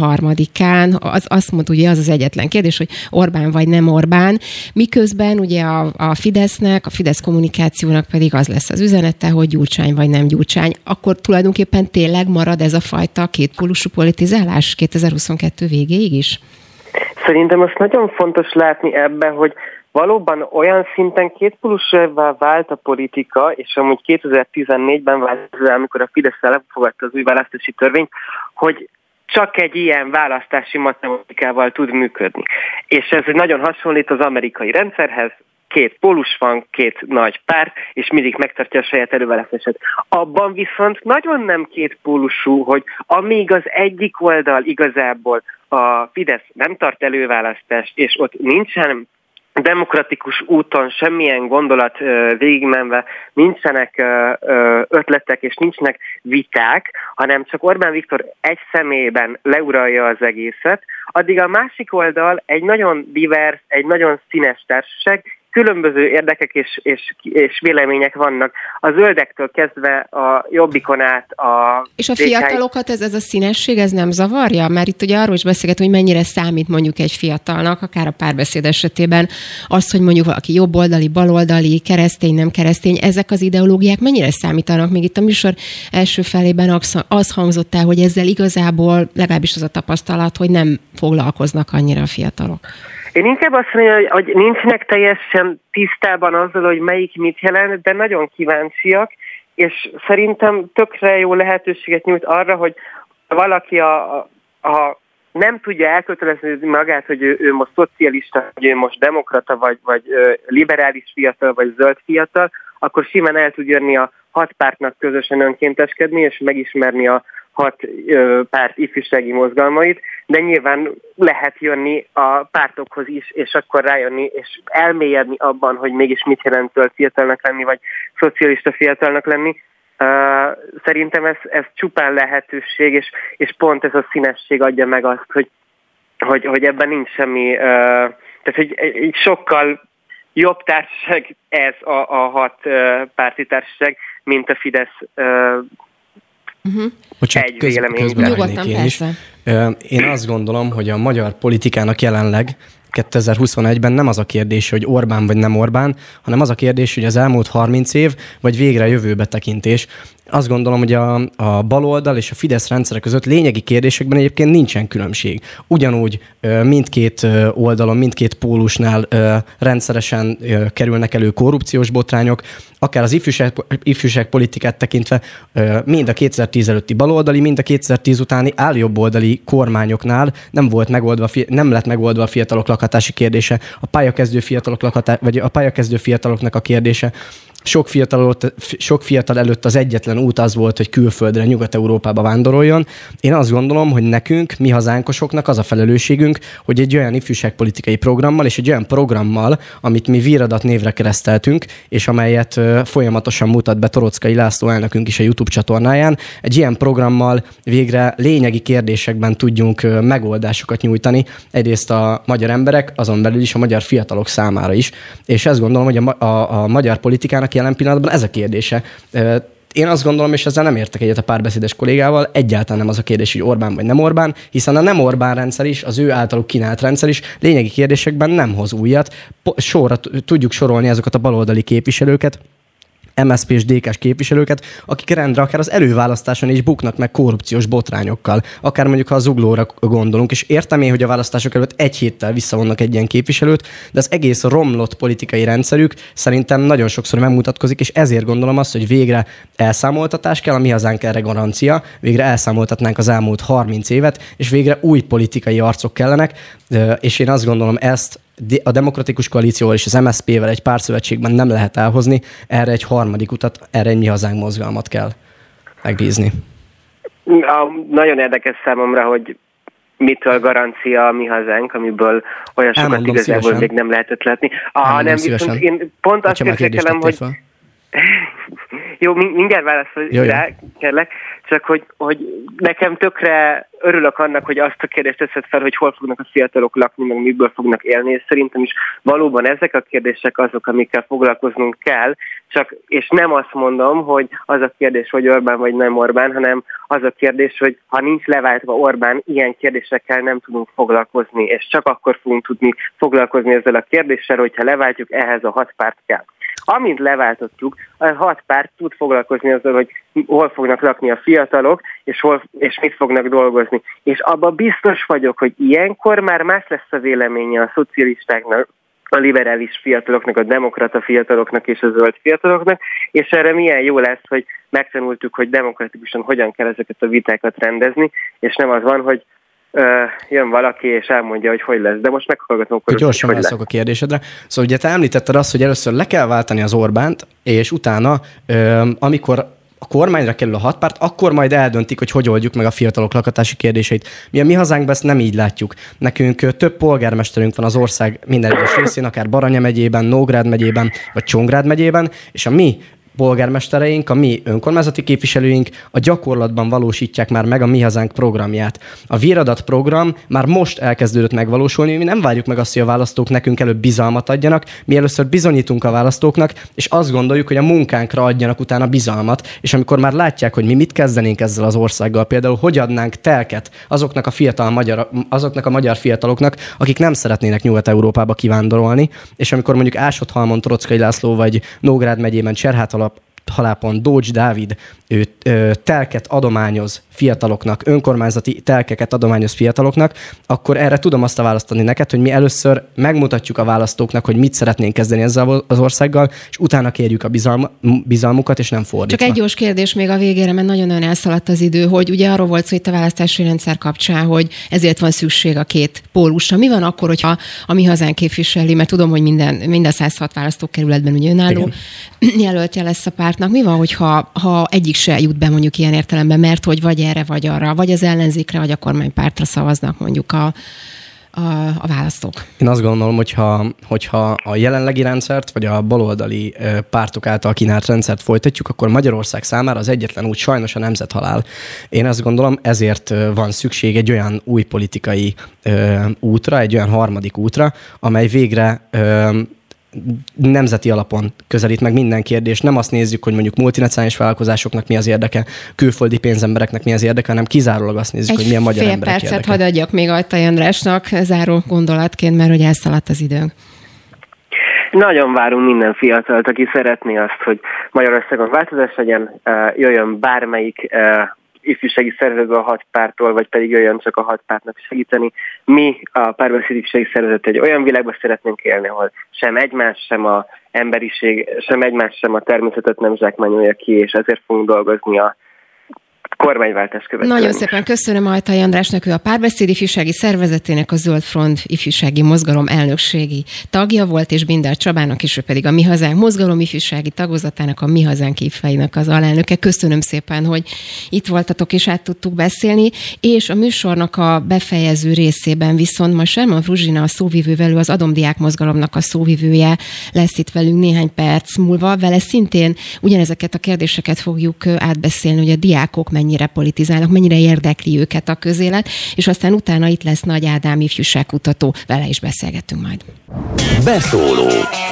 23-án, azt mondta, ugye az egyetlen kérdés, hogy Orbán vagy nem Orbán, miközben ugye a Fidesznek, a Fidesz kommunikációnak pedig az lesz az üzenete, hogy Gyurcsány vagy nem Gyurcsány. Akkor tulajdonképpen tényleg marad ez a fajta kétpólusú politizálás 2022 végéig is? Szerintem azt nagyon fontos látni ebben, hogy valóban olyan szinten kétpólusúvá vált a politika, és amúgy 2014-ben vált, amikor a Fidesz elfogadta az új választási törvényt, hogy csak egy ilyen választási matematikával tud működni. És ez nagyon hasonlít az amerikai rendszerhez, két pólus van, két nagy párt, és mindig megtartja a saját előválasztását. Abban viszont nagyon nem kétpólusú, hogy amíg az egyik oldal igazából a Fidesz nem tart előválasztást, és ott nincsen demokratikus úton semmilyen gondolat végigmenve, nincsenek ötletek és nincsenek viták, hanem csak Orbán Viktor egy személyben leuralja az egészet, addig a másik oldal egy nagyon divers, egy nagyon színes társaság, különböző érdekek és vélemények vannak. A zöldektől kezdve a Jobbikon át a... És a fiatalokat ez a színesség, ez nem zavarja? Mert itt ugye arról is beszélgetünk, hogy mennyire számít mondjuk egy fiatalnak, akár a párbeszéd esetében az, hogy mondjuk valaki jobboldali, baloldali, keresztény, nem keresztény, ezek az ideológiák mennyire számítanak? Még itt a műsor első felében az hangzott el, hogy ezzel igazából legalábbis az a tapasztalat, hogy nem foglalkoznak annyira a fiatalok. Én inkább azt mondom, hogy nincsenek teljesen tisztában azzal, hogy melyik mit jelent, de nagyon kíváncsiak, és szerintem tökre jó lehetőséget nyújt arra, hogy valaki nem tudja elkötelezni magát, hogy ő most szocialista, hogy ő most demokrata, vagy liberális fiatal, vagy zöld fiatal, akkor simán el tud jönni a 6 pártnak közösen önkénteskedni, és megismerni a 6 párt ifjúsági mozgalmait, de nyilván lehet jönni a pártokhoz is, és akkor rájönni, és elmélyedni abban, hogy mégis mit jelent zöld fiatalnak lenni, vagy szocialista fiatalnak lenni. Szerintem ez csupán lehetőség, és pont ez a színesség adja meg azt, hogy ebben nincs semmi, tehát hogy egy sokkal jobb társaság ez a 6 párti társaság, mint a Fidesz egy véleményben. Nyugodtan, persze. Én azt gondolom, hogy a magyar politikának jelenleg 2021-ben nem az a kérdés, hogy Orbán vagy nem Orbán, hanem az a kérdés, hogy az elmúlt 30 év, vagy végre jövőbe tekintés. Azt gondolom, hogy a baloldal és a Fidesz rendszere között lényegi kérdésekben egyébként nincsen különbség. Ugyanúgy mindkét oldalon, mindkét pólusnál rendszeresen kerülnek elő korrupciós botrányok, akár az ifjúságpolitikát tekintve mind a 2010 előtti baloldali, mind a 2010 utáni álljobboldali kormányoknál nem lett megoldva a fiatalok lakhatási kérdése, a pályakezdő fiataloknak a kérdése. Sok fiatal előtt az egyetlen út az volt, hogy külföldre, Nyugat-Európába vándoroljon. Én azt gondolom, hogy nekünk, mi hazánkosoknak az a felelősségünk, hogy egy olyan ifjúságpolitikai programmal és egy olyan programmal, amit mi Víradat névre kereszteltünk, és amelyet folyamatosan mutat be Torockai László elnökünk is a YouTube csatornáján, egy ilyen programmal végre lényegi kérdésekben tudjunk megoldásokat nyújtani, egyrészt a magyar emberek, azon belül is a magyar fiatalok számára is. És ezt gondolom, hogy a magyar politikának jelen pillanatban ez a kérdése. Én azt gondolom, és ezzel nem értek egyet a párbeszédes kollégával, egyáltalán nem az a kérdés, hogy Orbán vagy nem Orbán, hiszen a nem Orbán rendszer is, az ő általuk kínált rendszer is lényegi kérdésekben nem hoz újat. Sorra tudjuk sorolni azokat a baloldali képviselőket, MSZP és DK-s képviselőket, akik rendre akár az előválasztáson is buknak meg korrupciós botrányokkal. Akár mondjuk, ha a Zuglóra gondolunk, és értem én, hogy a választások előtt egy héttel visszavonnak egy ilyen képviselőt, de az egész romlott politikai rendszerük szerintem nagyon sokszor megmutatkozik, és ezért gondolom azt, hogy végre elszámoltatás kell, a Mi Hazánk erre garancia, végre elszámoltatnánk az elmúlt 30 évet, és végre új politikai arcok kellenek, és én azt gondolom, ezt a Demokratikus Koalícióval és az MSZP-vel egy pártszövetségben nem lehet elhozni, erre egy harmadik utat, erre egy Mi Hazánk mozgalmat kell megbízni. Nagyon érdekes számomra, hogy mitől garancia a Mi Hazánk, amiből olyan sokat elmondom igazából szívesen. még nem lehetett látni. Nem, viszont én pont azt érzékelem, hogy... Jó, mindjárt válaszolj rá, kérlek, csak hogy nekem tökre örülök annak, hogy azt a kérdést teszed fel, hogy hol fognak a fiatalok lakni, meg miből fognak élni, és szerintem is valóban ezek a kérdések azok, amikkel foglalkoznunk kell, és nem azt mondom, hogy az a kérdés, hogy Orbán vagy nem Orbán, hanem az a kérdés, hogy ha nincs leváltva Orbán, ilyen kérdésekkel nem tudunk foglalkozni, és csak akkor fogunk tudni foglalkozni ezzel a kérdéssel, hogyha leváltjuk, ehhez a 6 párt kell. Amint leváltottuk, a 6 párt tud foglalkozni azzal, hogy hol fognak lakni a fiatalok, és mit fognak dolgozni. És abban biztos vagyok, hogy ilyenkor már más lesz a véleménye a szocialistáknak, a liberális fiataloknak, a demokrata fiataloknak és a zöld fiataloknak, és erre milyen jó lesz, hogy megtanultuk, hogy demokratikusan hogyan kell ezeket a vitákat rendezni, és nem az van, hogy jön valaki és elmondja, hogy lesz. De most meghallgatom, hogy gyorsan válaszolok a kérdésedre. Szóval ugye te említetted azt, hogy először le kell váltani az Orbánt, és utána, amikor a kormányra kerül a 6 párt, akkor majd eldöntik, hogy oldjuk meg a fiatalok lakhatási kérdéseit. Mi a Mi Hazánkban ezt nem így látjuk. Nekünk több polgármesterünk van az ország minden egyes részén, akár Baranya megyében, Nógrád megyében, vagy Csongrád megyében, és a mi polgármestereink, a mi önkormányzati képviselőink a gyakorlatban valósítják már meg a Mi Hazánk programját. A Víradat program már most elkezdődött megvalósulni, mi nem várjuk meg azt, hogy a választók nekünk előbb bizalmat adjanak, mi először bizonyítunk a választóknak, és azt gondoljuk, hogy a munkánkra adjanak utána bizalmat, és amikor már látják, hogy mi mit kezdenénk ezzel az országgal, például hogy adnánk telket azoknak a magyar fiataloknak, akik nem szeretnének Nyugat-Európába kivándorolni, és amikor mondjuk Ásott-Halmon, Torockai László vagy Nógrád megyében Cserhátalápon Dócs Dávid telket adományoz fiataloknak, önkormányzati telkeket adományoz fiataloknak, akkor erre tudom azt a választani neked, hogy mi először megmutatjuk a választóknak, hogy mit szeretnénk kezdeni ezzel az országgal, és utána kérjük a bizalmukat, és nem fordítva. Csak egy gyors kérdés még a végére, mert nagyon-nagyon elszaladt az idő, hogy ugye arról volt szó itt a választási rendszer kapcsán, hogy ezért van szükség a két pólusra. Mi van akkor, hogyha a Mi Hazánk képviseli, mert tudom, hogy minden 106 választókerületben ugye önálló jelöltje lesz a pártnak. Mi van, hogyha egyik se jut be mondjuk ilyen értelemben, mert hogy vagy erre, vagy arra, vagy az ellenzékre, vagy a kormánypártra szavaznak mondjuk a választók? Én azt gondolom, hogyha a jelenlegi rendszert, vagy a baloldali pártok által kínált rendszert folytatjuk, akkor Magyarország számára az egyetlen út sajnos a nemzethalál. Én azt gondolom, ezért van szükség egy olyan új politikai útra, egy olyan harmadik útra, amely végre nemzeti alapon közelít meg minden kérdés. Nem azt nézzük, hogy mondjuk multinacionális vállalkozásoknak mi az érdeke, külföldi pénzembereknek mi az érdeke, hanem kizárólag azt nézzük, hogy mi a magyar emberek érdeke. Egy fél percet hadd adjak még Ajtai Andrásnak záró gondolatként, mert hogy elszaladt az időnk. Nagyon várunk minden fiatalt, aki szeretné azt, hogy Magyarországon változás legyen, jöjjön bármelyik ifjúsági szervezetbe a 6 pártól, vagy pedig jöjjön csak a 6 pártnak segíteni. Mi a Párbeszéd ifjúsági szervezet egy olyan világban szeretnénk élni, ahol sem egymás, sem a emberiség, sem egymás, sem a természetet nem zsákmányolja ki, és ezért fogunk dolgozni a kormányváltás követően. Nagyon szépen köszönöm Ajtai Andrásnak, ő a Párbeszéd ifjúsági szervezetének, a Zöld Front ifjúsági mozgalom elnökségi tagja volt, és Binder Csabának is, ő pedig a Mi Hazánk mozgalom ifjúsági tagozatának, a Mi Hazánk ifjainak az alelnöke. Köszönöm szépen, hogy itt voltatok és át tudtuk beszélni, és a műsornak a befejező részében viszont ma Sherman Fruzsina, a szóvivővel, ő az Adomdiák mozgalomnak a szóvivője lesz itt velünk néhány perc múlva. Vele szintén ugyanezeket a kérdéseket fogjuk átbeszélni, hogy a diákok mennyire politizálnak, mennyire érdekli őket a közélet, és aztán utána itt lesz Nagy Ádám ifjúságkutató, vele is beszélgetünk majd. Beszóló.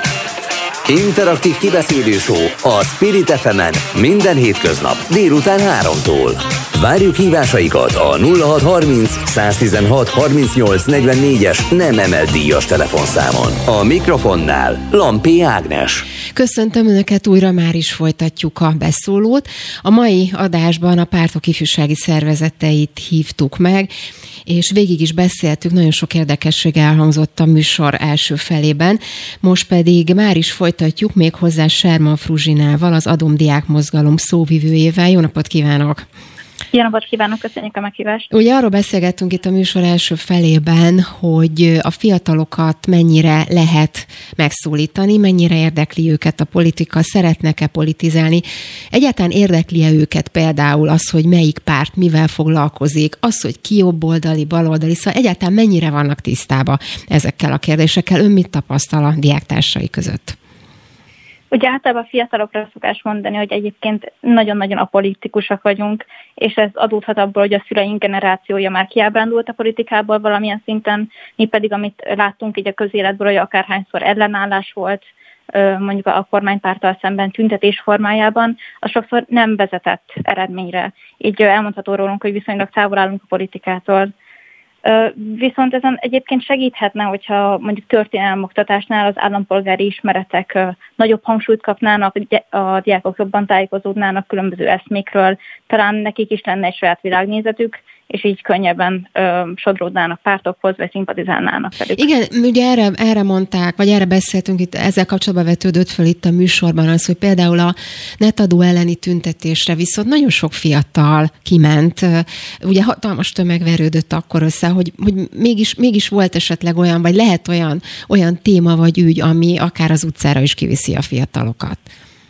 Interaktív kibeszélő show a Spirit FM-en minden hétköznap délután 3-tól. Várjuk hívásaikat a 0630 116 38 44-es nem emelt díjas telefonszámon. A mikrofonnál Lampi Ágnes. Köszöntöm Önöket, újra már is folytatjuk a beszólót. A mai adásban a pártok ifjúsági szervezeteit hívtuk meg, és végig is beszéltük, nagyon sok érdekesség elhangzott a műsor első felében. Most pedig már is folytatjuk még hozzá Sherman Fruzsinával, az Adomdiák mozgalom szóvivőjével. Jó napot kívánok! Jó napot kívánok, köszönjük a meghívást. Ugye arról beszélgettünk itt a műsor első felében, hogy a fiatalokat mennyire lehet megszólítani, mennyire érdekli őket a politika, szeretnek-e politizálni. Egyáltalán érdekli-e őket például az, hogy melyik párt mivel foglalkozik, az, hogy ki jobboldali, baloldali, szóval egyáltalán mennyire vannak tisztában ezekkel a kérdésekkel. Ön mit tapasztal a diáktársai között? Ugye általában a fiatalokra szokás mondani, hogy egyébként nagyon-nagyon apolitikusak vagyunk, és ez adódhat abból, hogy a szüleink generációja már kiábrándult a politikából valamilyen szinten, mi pedig, amit láttunk így a közéletből, hogy akárhányszor ellenállás volt, mondjuk a kormánypárttal szemben tüntetés formájában, az sokszor nem vezetett eredményre. Így elmondható rólunk, hogy viszonylag távol állunk a politikától. Viszont ezen egyébként segíthetne, hogyha mondjuk történelmoktatásnál az állampolgári ismeretek nagyobb hangsúlyt kapnának, a diákok jobban tájékozódnának különböző eszmékről, talán nekik is lenne egy saját világnézetük, és így könnyebben sodródnának pártokhoz, vagy szimpatizálnának velük. Igen, ugye erre mondták, vagy erre beszéltünk, itt ezzel kapcsolatban vetődött föl itt a műsorban az, hogy például a netadó elleni tüntetésre viszont nagyon sok fiatal kiment. Ugye hatalmas tömeg verődött akkor össze, hogy mégis volt esetleg olyan, vagy lehet olyan téma vagy ügy, ami akár az utcára is kiviszi a fiatalokat.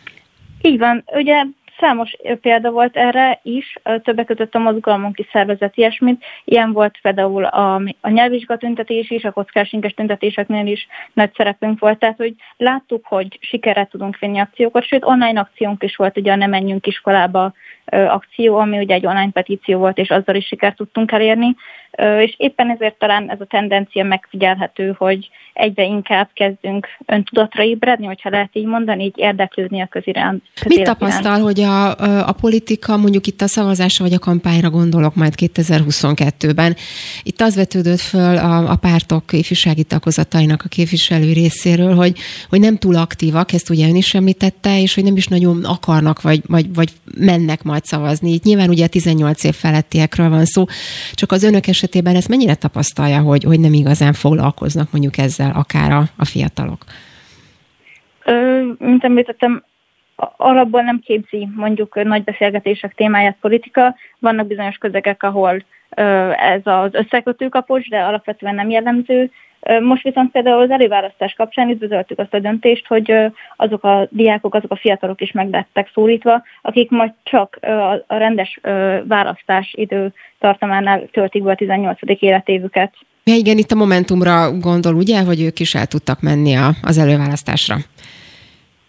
Így van, ugye számos példa volt erre is, többek között a mozgalmunk is szervezett ilyesmit. Ilyen volt például a nyelvvizsgatüntetés is, a kockásinkes tüntetéseknél is nagy szerepünk volt. Tehát, hogy láttuk, hogy sikerre tudunk vinni akciókat, sőt online akciónk is volt, ugye a Nem menjünk iskolába akció, ami ugye egy online petíció volt, és azzal is sikert tudtunk elérni. És éppen ezért talán ez a tendencia megfigyelhető, hogy egyre inkább kezdünk öntudatra ébredni, hogyha lehet így mondani, így érdeklődni a közélet. Mit tapasztal, hogy a politika, mondjuk itt a szavazásra vagy a kampányra gondolok majd 2022-ben, itt az vetődött föl a pártok ifjúsági tagozatainak a képviselő részéről, hogy nem túl aktívak, ezt ugye ön is említette, és hogy nem is nagyon akarnak, vagy mennek majd szavazni. Itt nyilván ugye 18 év felettiekről van szó, csak az önök esetében ezt mennyire tapasztalja, hogy nem igazán foglalkoznak mondjuk ezzel akár a fiatalok? Mint említettem, alapból nem képzi mondjuk nagy beszélgetések témáját politika. Vannak bizonyos közegek, ahol ez az összekötőkapocs, de alapvetően nem jellemző. Most viszont például az előválasztás kapcsán üdvözöltük azt a döntést, hogy azok a diákok, azok a fiatalok is meg lettek szólítva, akik majd csak a rendes választás idő tartamánál töltik be a 18. életévüket. Ja, igen, itt a Momentumra gondol, ugye, hogy ők is el tudtak menni az előválasztásra.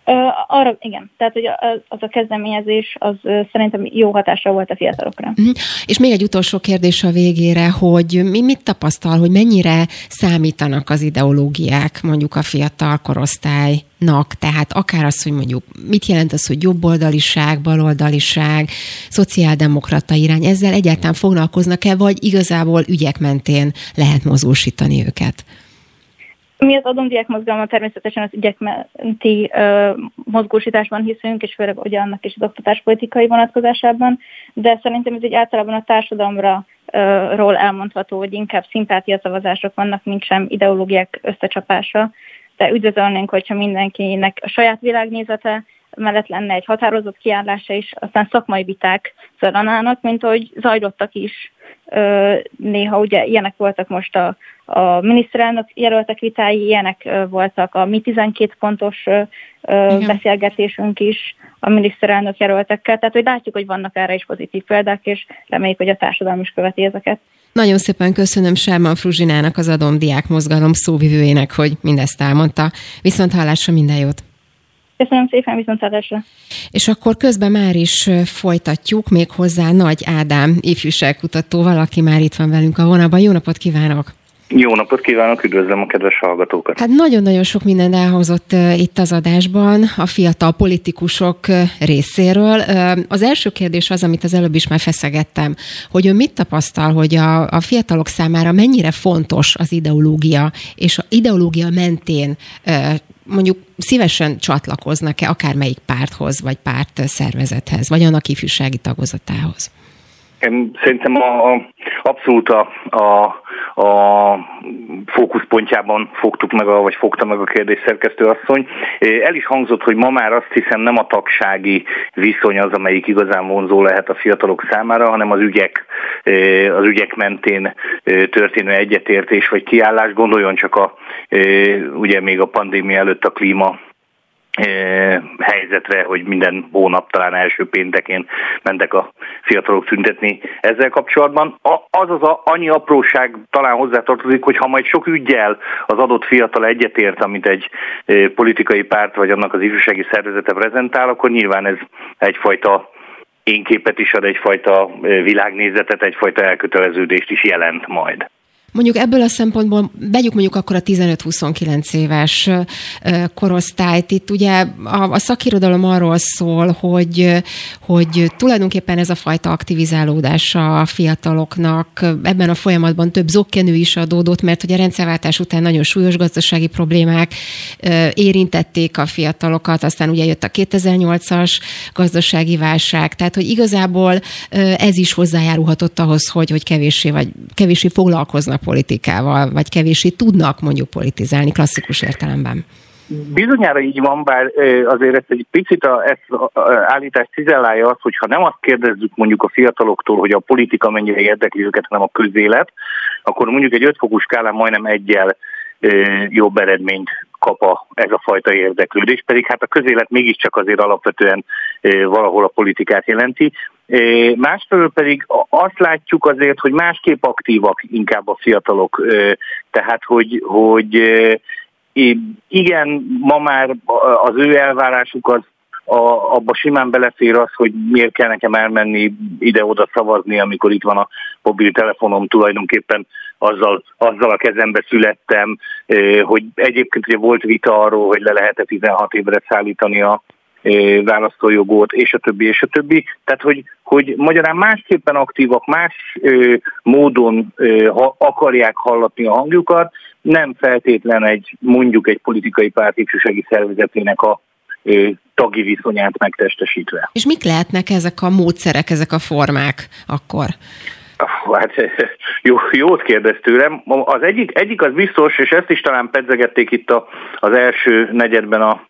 Arra igen, tehát hogy az a kezdeményezés az szerintem jó hatással volt a fiatalokra. És még egy utolsó kérdés a végére, hogy mit tapasztal, hogy mennyire számítanak az ideológiák mondjuk a fiatal korosztálynak, tehát akár az, hogy mondjuk mit jelent az, hogy jobboldaliság, baloldaliság, szociáldemokrata irány, ezzel egyáltalán foglalkoznak-e, vagy igazából ügyek mentén lehet mozgósítani őket? Mi az Adomdiák mozgalma természetesen az ügyekmenti mozgósításban hiszünk, és főleg ugye annak is az oktatáspolitikai vonatkozásában, de szerintem ez egy általában a társadalomra ról elmondható, hogy inkább szimpátiaszavazások vannak, mint sem ideológiák összecsapása, de üdvözölnénk, hogyha mindenkinek a saját világnézete mellett lenne egy határozott kiállása is, aztán szakmai viták zajlanának, mint ahogy zajlottak is. Néha ugye ilyenek voltak most a miniszterelnök jelöltek vitái, ilyenek voltak a mi 12 pontos beszélgetésünk is a miniszterelnök jelöltekkel, tehát hogy látjuk, hogy vannak erre is pozitív példák, és reméljük, hogy a társadalom is követi ezeket. Nagyon szépen köszönöm Sherman Fruzsinának, az Adomdiák mozgalom szóvivőjének, hogy mindezt elmondta. Viszonthallásra, minden jót! Köszönöm szépen, viszontlátásra. És akkor közben már is folytatjuk, méghozzá Nagy Ádám ifjúságkutatóval, aki már itt van velünk a vonalban. Jó napot kívánok! Jó napot kívánok, üdvözlöm a kedves hallgatókat! Hát nagyon-nagyon sok minden elhozott itt az adásban a fiatal politikusok részéről. Az első kérdés az, amit az előbb is már feszegettem, hogy ön mit tapasztal, hogy a fiatalok számára mennyire fontos az ideológia, és a ideológia mentén mondjuk szívesen csatlakoznak-e akármelyik párthoz, vagy párt szervezethez, vagy annak ifjúsági tagozatához? Szerintem abszolút a fókuszpontjában fogta meg a kérdés szerkesztőasszony. El is hangzott, hogy ma már azt hiszem nem a tagsági viszony az, amelyik igazán vonzó lehet a fiatalok számára, hanem az ügyek mentén történő egyetértés vagy kiállás. Gondoljon csak ugye még a pandémia előtt a klíma helyzetre, hogy minden hónap talán első péntekén mentek a fiatalok tüntetni ezzel kapcsolatban. Annyi apróság talán hozzátartozik, hogy ha majd sok üggyel az adott fiatal egyetért, amit egy politikai párt vagy annak az ifjúsági szervezete prezentál, akkor nyilván ez egyfajta énképet is ad, egyfajta világnézetet, egyfajta elköteleződést is jelent majd. Mondjuk ebből a szempontból vegyük mondjuk akkor a 15-29 éves korosztályt. Itt ugye a szakirodalom arról szól, hogy tulajdonképpen ez a fajta aktivizálódás a fiataloknak ebben a folyamatban több zokkenő is adódott, mert ugye a rendszerváltás után nagyon súlyos gazdasági problémák érintették a fiatalokat, aztán ugye jött a 2008-as gazdasági válság, tehát hogy igazából ez is hozzájárulhatott ahhoz, hogy kevéssé foglalkoznak politikával, vagy kevéssé tudnak mondjuk politizálni klasszikus értelemben. Bizonyára így van, bár azért ezt egy picit ezt állítást cizellálja az, hogyha nem azt kérdezzük mondjuk a fiataloktól, hogy a politika mennyire érdekli őket, hanem a közélet, akkor mondjuk egy 5 fokú skálán majdnem 1-jel jobb eredményt kap ez a fajta érdeklődés, pedig hát a közélet mégiscsak azért alapvetően valahol a politikát jelenti. Másfelől pedig azt látjuk azért, hogy másképp aktívak inkább a fiatalok, tehát hogy igen, ma már az ő elvárásuk az abba simán belefér az, hogy miért kell nekem elmenni ide-oda szavazni, amikor itt van a mobiltelefonom, tulajdonképpen azzal a kezembe születtem, hogy egyébként ugye volt vita arról, hogy le lehet-e 16 évre szállítani a választójogot, és a többi. Tehát, hogy magyarán másképpen aktívak, más módon akarják hallatni a hangjukat, nem feltétlen mondjuk egy politikai párt ifjúsági szervezetének a tagi viszonyát megtestesítve. És mik lehetnek ezek a módszerek, ezek a formák akkor? Hát jót kérdez tőlem. Az egyik az biztos, és ezt is talán pedzegették itt az első negyedben a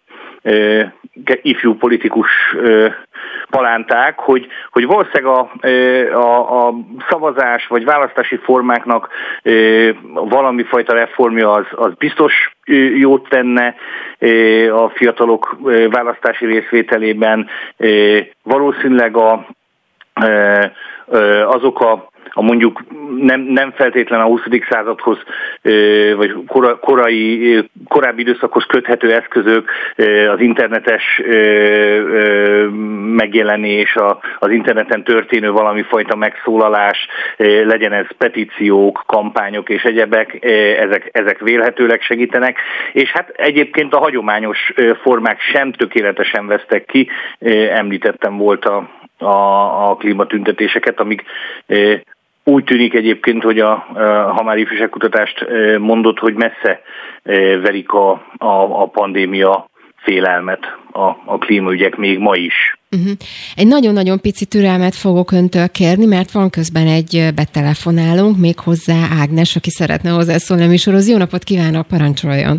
ifjú politikus palánták, hogy valószínűleg a szavazás vagy választási formáknak valami fajta reformja az biztos jót tenne a fiatalok választási részvételében. Valószínűleg azok mondjuk nem feltétlen a 20. századhoz, vagy korábbi időszakhoz köthető eszközök, az internetes megjelenés, az interneten történő valami fajta megszólalás, legyen ez petíciók, kampányok és egyebek, ezek vélhetőleg segítenek, és hát egyébként a hagyományos formák sem tökéletesen vesztek ki, említettem volt a klímatüntetéseket, amik úgy tűnik egyébként, hogy ha már ifjúságkutatást mondott, hogy messze verik a pandémia félelmet a klímaügyek még ma is. Egy nagyon-nagyon pici türelmet fogok öntől kérni, mert van közben egy betelefonálunk, még hozzá Ágnes, aki szeretne hozzászólni a műsorhoz. Jó napot kívánok, parancsoljon!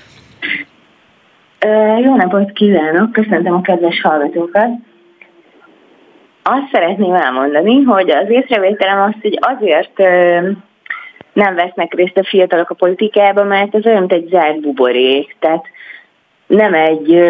Jó napot kívánok, köszöntöm a kedves hallgatókat! Azt szeretném elmondani, hogy az észrevételem az, hogy azért nem vesznek részt a fiatalok a politikában, mert ez olyan, mint egy zárt buborék. Tehát nem egy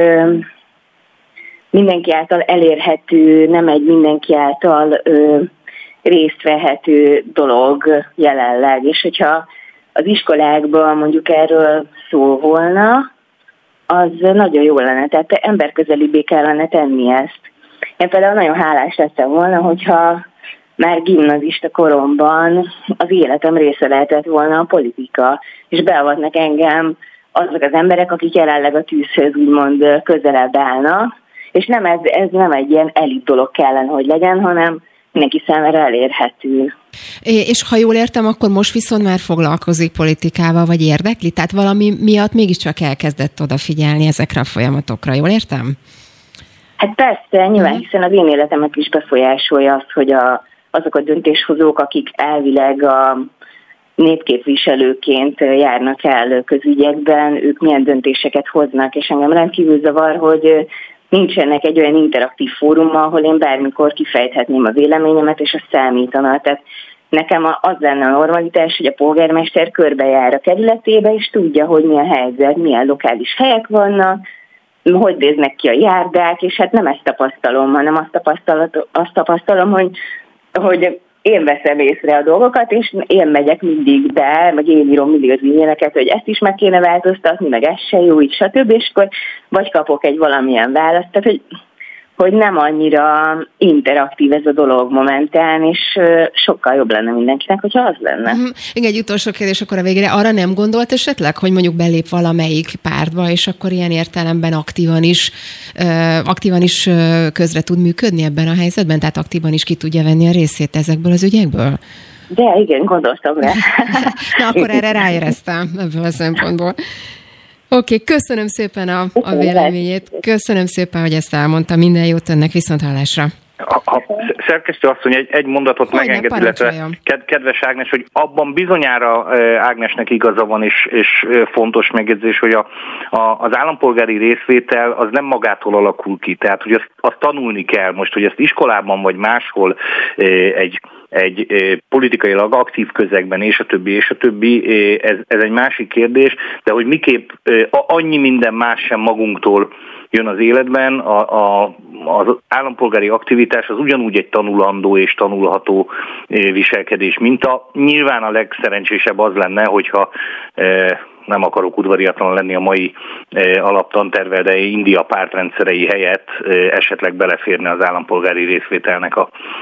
mindenki által elérhető, nem egy mindenki által részt vehető dolog jelenleg. És hogyha az iskolákban mondjuk erről szó volna, az nagyon jó lenne. Tehát emberközelibbé kellene tenni ezt. Én például nagyon hálás lettem volna, hogyha már gimnazista koromban az életem része lehetett volna a politika, és beavatnak engem azok az emberek, akik jelenleg a tűzhöz úgymond közelebb állnak, és nem ez nem egy ilyen elit dolog kellene, hogy legyen, hanem mindenki számára elérhető. És ha jól értem, akkor most viszont már foglalkozik politikával, vagy érdekli? Tehát valami miatt mégiscsak elkezdett odafigyelni ezekre a folyamatokra, jól értem? Hát persze, nyilván, hiszen az én életemet is befolyásolja az, hogy azok a döntéshozók, akik elvileg a népképviselőként járnak el közügyekben, ők milyen döntéseket hoznak, és engem rendkívül zavar, hogy nincsenek egy olyan interaktív fórum, ahol én bármikor kifejthetném a véleményemet, és a számítana. Tehát nekem az lenne a normalitás, hogy a polgármester körbejár a kerületébe, és tudja, hogy mi a helyzet, milyen lokális helyek vannak, hogy néznek ki a járdák, és hát nem ezt tapasztalom, hanem azt tapasztalom, hogy én veszem észre a dolgokat, és én megyek mindig be, meg én írom mindig az e-maileket, hogy ezt is meg kéne változtatni, meg ez se jó, így stb. És akkor vagy kapok egy valamilyen választ, tehát hogy nem annyira interaktív ez a dolog momentán, és sokkal jobb lenne mindenkinek, hogyha az lenne. Igen, egy utolsó kérdés akkor a végére. Arra nem gondolt esetleg, hogy mondjuk belép valamelyik pártba, és akkor ilyen értelemben aktívan is közre tud működni ebben a helyzetben? Tehát aktívan is ki tudja venni a részét ezekből az ügyekből? De igen, gondoltam rá. Na, akkor erre ráéreztem ebből a szempontból. Oké, köszönöm szépen a véleményét. Köszönöm szépen, hogy ezt elmondta. Minden jót önnek, viszont hallásra. Szerkesztő asszony, egy mondatot megenged, illetve kedves Ágnes, hogy abban bizonyára Ágnesnek igaza van, és fontos megjegyzés, hogy az állampolgári részvétel az nem magától alakul ki. Tehát, hogy azt tanulni kell most, hogy ezt iskolában vagy máshol egy politikailag aktív közegben, és a többi, ez egy másik kérdés, de hogy miképp annyi minden más sem magunktól jön az életben, az állampolgári aktivitás az ugyanúgy egy tanulandó és tanulható viselkedés minta. Nyilván a legszerencsésebb az lenne, hogyha nem akarok udvariatlan lenni a mai alaptantervvel, de India pártrendszerei helyett esetleg beleférne az állampolgári részvételnek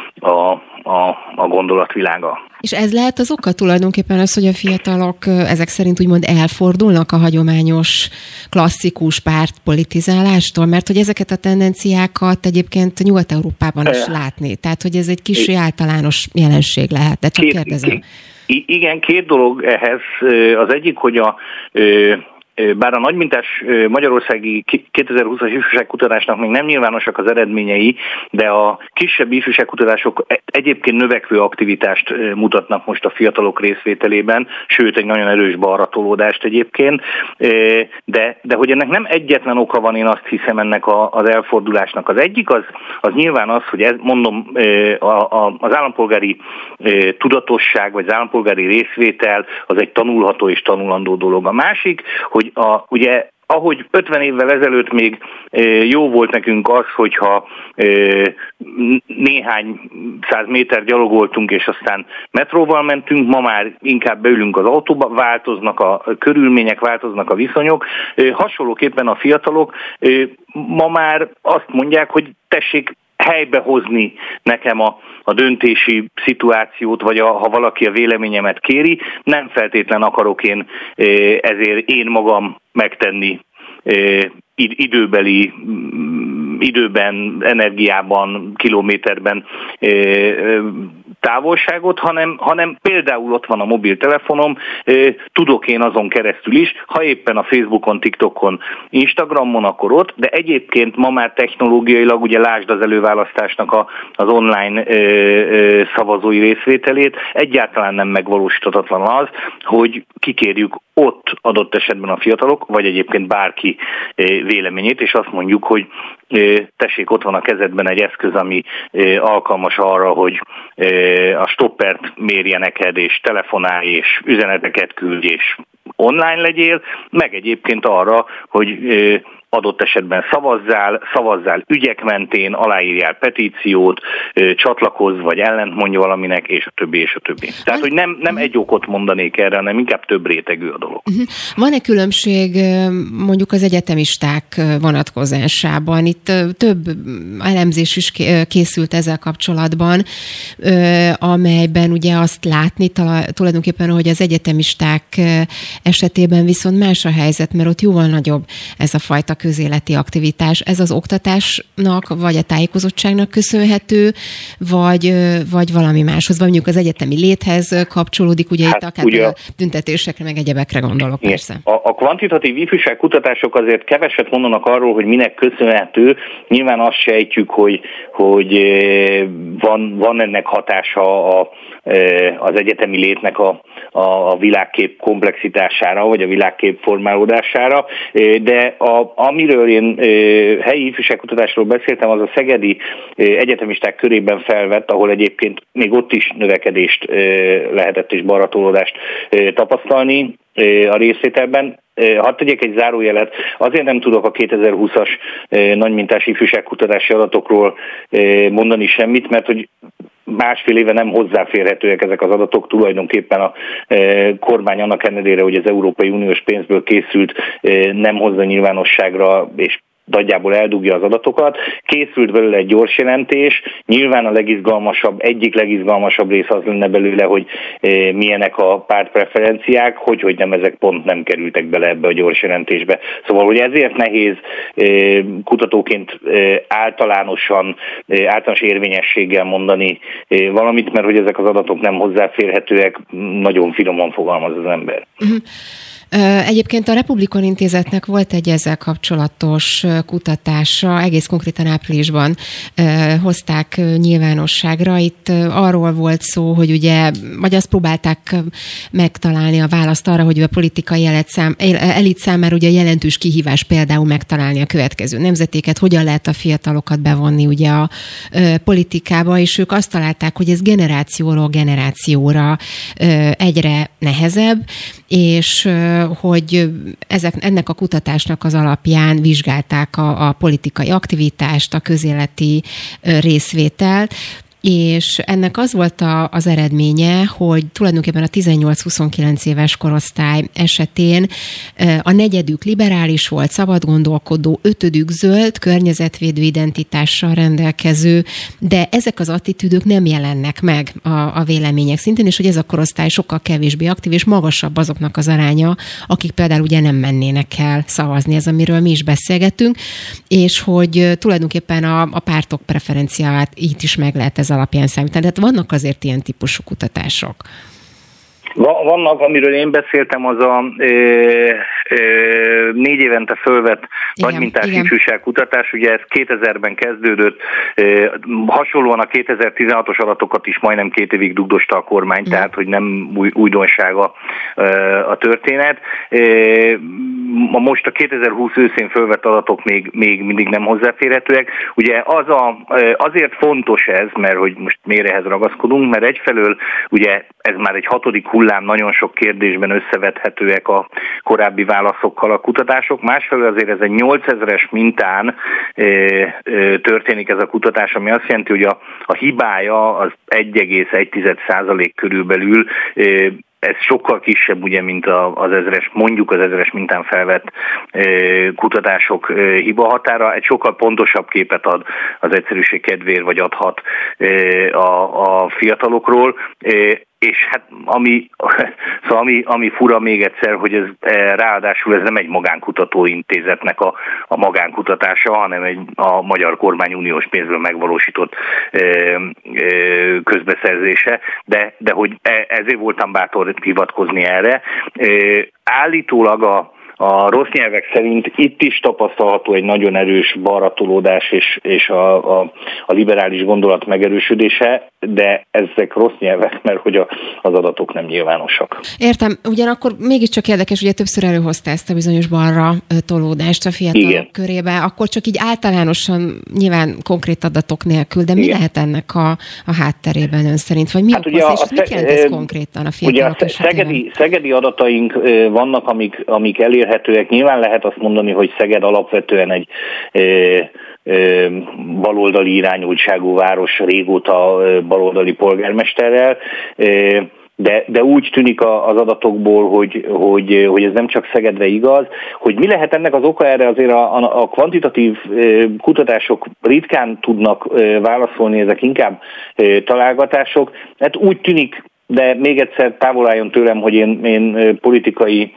a gondolatvilága. És ez lehet az oka tulajdonképpen az, hogy a fiatalok ezek szerint úgymond elfordulnak a hagyományos, klasszikus pártpolitizálástól, mert hogy ezeket a tendenciákat egyébként Nyugat-Európában is látni. Tehát, hogy ez egy kis általános jelenség lehet, de csak kérdezem. Igen, két dolog ehhez. Az egyik, hogy bár a nagymintás magyarországi 2020-as ifjúságkutatásnak még nem nyilvánosak az eredményei, de a kisebb ifjúságkutatások egyébként növekvő aktivitást mutatnak most a fiatalok részvételében, sőt egy nagyon erős balratolódást egyébként, de hogy ennek nem egyetlen oka van, én azt hiszem ennek az elfordulásnak. Az egyik az nyilván az, hogy mondom, az állampolgári tudatosság, vagy az állampolgári részvétel az egy tanulható és tanulandó dolog. A másik, hogy ugye ahogy 50 évvel ezelőtt még jó volt nekünk az, hogyha néhány 100 méter gyalogoltunk, és aztán metróval mentünk, ma már inkább beülünk az autóba, változnak a körülmények, változnak a viszonyok. Hasonlóképpen a fiatalok ma már azt mondják, hogy tessék helybe hozni nekem a döntési szituációt, vagy ha valaki a véleményemet kéri, nem feltétlen akarok én ezért én magam megtenni időben, energiában, kilométerben távolságot, hanem például ott van a mobiltelefonom, tudok én azon keresztül is, ha éppen a Facebookon, TikTokon, Instagramon, akkor ott, de egyébként ma már technológiailag, ugye lásd az előválasztásnak az online szavazói részvételét, egyáltalán nem megvalósíthatatlan az, hogy kikérjük ott adott esetben a fiatalok, vagy egyébként bárki véleményét, és azt mondjuk, hogy tessék, ott van a kezedben egy eszköz, ami alkalmas arra, hogy a stoppert mérje neked, és telefonálj, és üzeneteket küldj, és online legyél, meg egyébként arra, hogy adott esetben szavazzál ügyek mentén, aláírjál petíciót, csatlakozz, vagy ellentmondj valaminek, és a többi, és a többi. Tehát, hogy nem egy okot mondanék erre, hanem inkább több rétegű a dolog. Van-e különbség mondjuk az egyetemisták vonatkozásában? Itt több elemzés is készült ezzel kapcsolatban, amelyben ugye azt látni tulajdonképpen, hogy az egyetemisták esetében viszont más a helyzet, mert ott jóval nagyobb ez a fajta közéleti aktivitás. Ez az oktatásnak, vagy a tájékozottságnak köszönhető, vagy valami máshoz, vagy mondjuk az egyetemi léthez kapcsolódik, ugye itt akár a tüntetésekre, meg egyebekre gondolok, persze. A kvantitatív ifjúság kutatások azért keveset mondanak arról, hogy minek köszönhető. Nyilván azt sejtjük, hogy van ennek hatása az egyetemi létnek a világkép komplexitására, vagy a világkép formálódására, de amiről én helyi ifjúságkutatásról beszéltem, az a szegedi egyetemisták körében felvett, ahol egyébként még ott is növekedést lehetett és balratolódást tapasztalni a részvételben. Hadd tegyek egy zárójelet, azért nem tudok a 2020-as nagymintás ifjúságkutatási adatokról mondani semmit, mert hogy másfél éve nem hozzáférhetőek ezek az adatok, tulajdonképpen a kormány annak ellenére, hogy az Európai Uniós pénzből készült, nem hozza nyilvánosságra, és nagyjából eldugja az adatokat. Készült belőle egy gyors jelentés, nyilván egyik legizgalmasabb rész az lenne belőle, hogy milyenek a pártpreferenciák, hogy nem ezek pont nem kerültek bele ebbe a gyors jelentésbe. Szóval, hogy ezért nehéz kutatóként általános érvényességgel mondani valamit, mert hogy ezek az adatok nem hozzáférhetőek, nagyon finoman fogalmaz az ember. Egyébként a Republikon Intézetnek volt egy ezzel kapcsolatos kutatása, egész konkrétan áprilisban hozták nyilvánosságra. Itt arról volt szó, hogy ugye, vagy azt próbálták megtalálni a választ arra, hogy a politikai elit számára ugye jelentős kihívás például megtalálni a következő nemzetéket, hogyan lehet a fiatalokat bevonni ugye a politikába, és ők azt találták, hogy ez generációról generációra egyre nehezebb, és hogy ennek a kutatásnak az alapján vizsgálták a politikai aktivitást, a közéleti részvételt, és ennek az volt az eredménye, hogy tulajdonképpen a 18-29 éves korosztály esetén a negyedük liberális volt, szabadgondolkodó, ötödük zöld, környezetvédő identitással rendelkező, de ezek az attitűdök nem jelennek meg a vélemények szintén, és hogy ez a korosztály sokkal kevésbé aktív, és magasabb azoknak az aránya, akik például ugye nem mennének el szavazni, ez amiről mi is beszélgetünk, és hogy tulajdonképpen a pártok preferenciáját így is meg lehet ez alapján számítani. Tehát vannak azért ilyen típusú kutatások. Vannak, amiről én beszéltem, az a 4 évente fölvett nagymintás ifjúságkutatás, ugye ez 2000-ben kezdődött, hasonlóan a 2016-os adatokat is majdnem 2 évig dugdosta a kormány, tehát hogy nem újdonsága a történet. most a 2020 őszén fölvett adatok még mindig nem hozzáférhetőek. Ugye azért fontos ez, mert hogy most miért ehhez ragaszkodunk, mert egyfelől ugye ez már egy 6. hullám, nagyon sok kérdésben összevethetőek a korábbi válaszokkal a kutatások, másfelől azért ez egy 8000-es mintán történik ez a kutatás, ami azt jelenti, hogy a hibája az 1,1% körülbelül, ez sokkal kisebb, ugye, mint az ezres mintán felvett kutatások hibahatára. Egy sokkal pontosabb képet ad az egyszerűség kedvéért, vagy adhat a fiatalokról. És hát ami fura még egyszer, hogy ez ráadásul ez nem egy magánkutatóintézetnek a magánkutatása, hanem a Magyar Kormány uniós pénzből megvalósított közbeszerzése, de hogy ezért voltam bátor hivatkozni erre. Állítólag a rossz nyelvek szerint itt is tapasztalható egy nagyon erős balratolódás és a liberális gondolat megerősödése, de ezek rossz nyelvek, mert hogy az adatok nem nyilvánosak. Értem, ugyanakkor mégiscsak érdekes, ugye többször előhozta ezt a bizonyos balra tolódást a fiatalok körébe, akkor csak így általánosan nyilván konkrét adatok nélkül, de mi lehet ennek a hátterében ön szerint? Vagy mi okozza, és mit jelent ez konkrétan a fiatalok esetében? Ugye a szegedi adataink vannak, amik elérhetőek. Nyilván lehet azt mondani, hogy Szeged alapvetően egy baloldali irányultságú város, régóta baloldali polgármesterrel, de úgy tűnik az adatokból, hogy ez nem csak Szegedre igaz. Hogy mi lehet ennek az oka, erre azért a kvantitatív kutatások ritkán tudnak válaszolni, ezek inkább találgatások. Hát úgy tűnik, de még egyszer távol álljon tőlem, hogy én politikai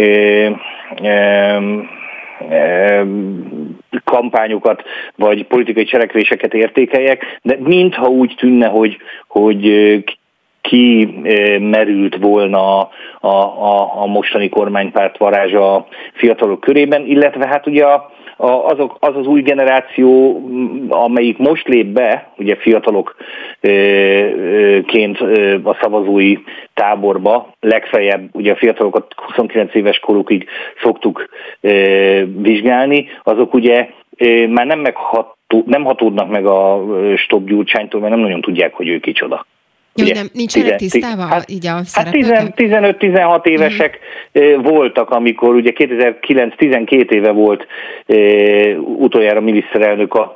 kampányokat vagy politikai cselekvéseket értékeljek, de mintha úgy tűnne, hogy kimerült volna a mostani kormánypárt varázsa a fiatalok körében, illetve hát ugye az új generáció, amelyik most lép be, ugye fiatalokként a szavazói táborba, legfeljebb ugye a fiatalokat 29 éves korukig szoktuk vizsgálni, azok ugye már nem hatódnak meg a Stop Gyurcsánytól, mert nem nagyon tudják, hogy ő kicsoda. Jó, nem, nincsenek tisztában így a szerepeket? 15-16 évesek voltak, amikor ugye 2009, 12 éve volt utoljára miniszterelnök a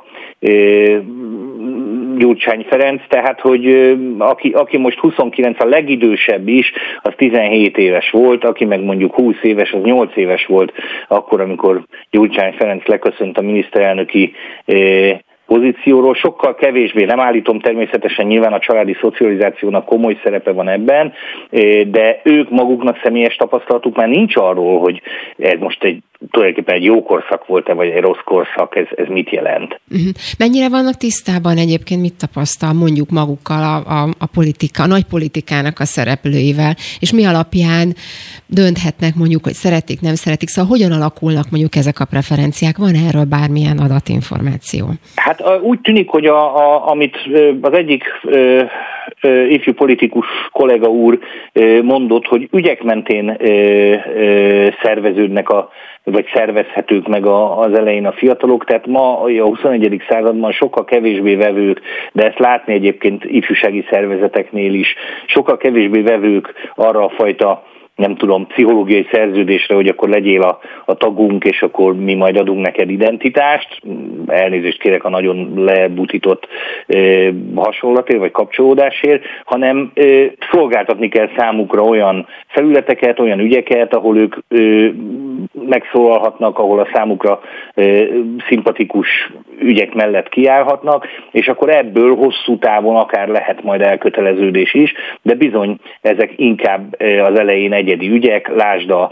Gyurcsány Ferenc, tehát hogy aki most 29, a legidősebb is, az 17 éves volt, aki meg mondjuk 20 éves, az 8 éves volt akkor, amikor Gyurcsány Ferenc leköszönt a miniszterelnöki pozícióról, sokkal kevésbé, nem állítom természetesen, nyilván a családi szocializációnak komoly szerepe van ebben, de ők maguknak személyes tapasztalatuk már nincs arról, hogy ez most tulajdonképpen egy jó korszak volt-e, vagy egy rossz korszak, ez mit jelent. Mennyire vannak tisztában egyébként, mit tapasztal mondjuk magukkal a politika, a nagy politikának a szereplőivel, és mi alapján dönthetnek mondjuk, hogy szeretik, nem szeretik, szóval hogyan alakulnak mondjuk ezek a preferenciák? Van erről bármilyen adatinformáció? Hát úgy tűnik, hogy amit az egyik ifjú politikus kollega úr mondott, hogy ügyek mentén szerveződnek vagy szervezhetők meg az elején a fiatalok, tehát ma a 21. században sokkal kevésbé vevők, de ezt látni egyébként ifjúsági szervezeteknél is, sokkal kevésbé vevők arra a fajta, nem tudom, pszichológiai szerződésre, hogy akkor legyél a tagunk, és akkor mi majd adunk neked identitást. Elnézést kérek a nagyon lebutított hasonlatért, vagy kapcsolódásért, hanem szolgáltatni kell számukra olyan felületeket, olyan ügyeket, ahol ők megszólalhatnak, ahol a számukra szimpatikus ügyek mellett kiállhatnak, és akkor ebből hosszú távon akár lehet majd elköteleződés is, de bizony ezek inkább az elején egyedi ügyek, lásd a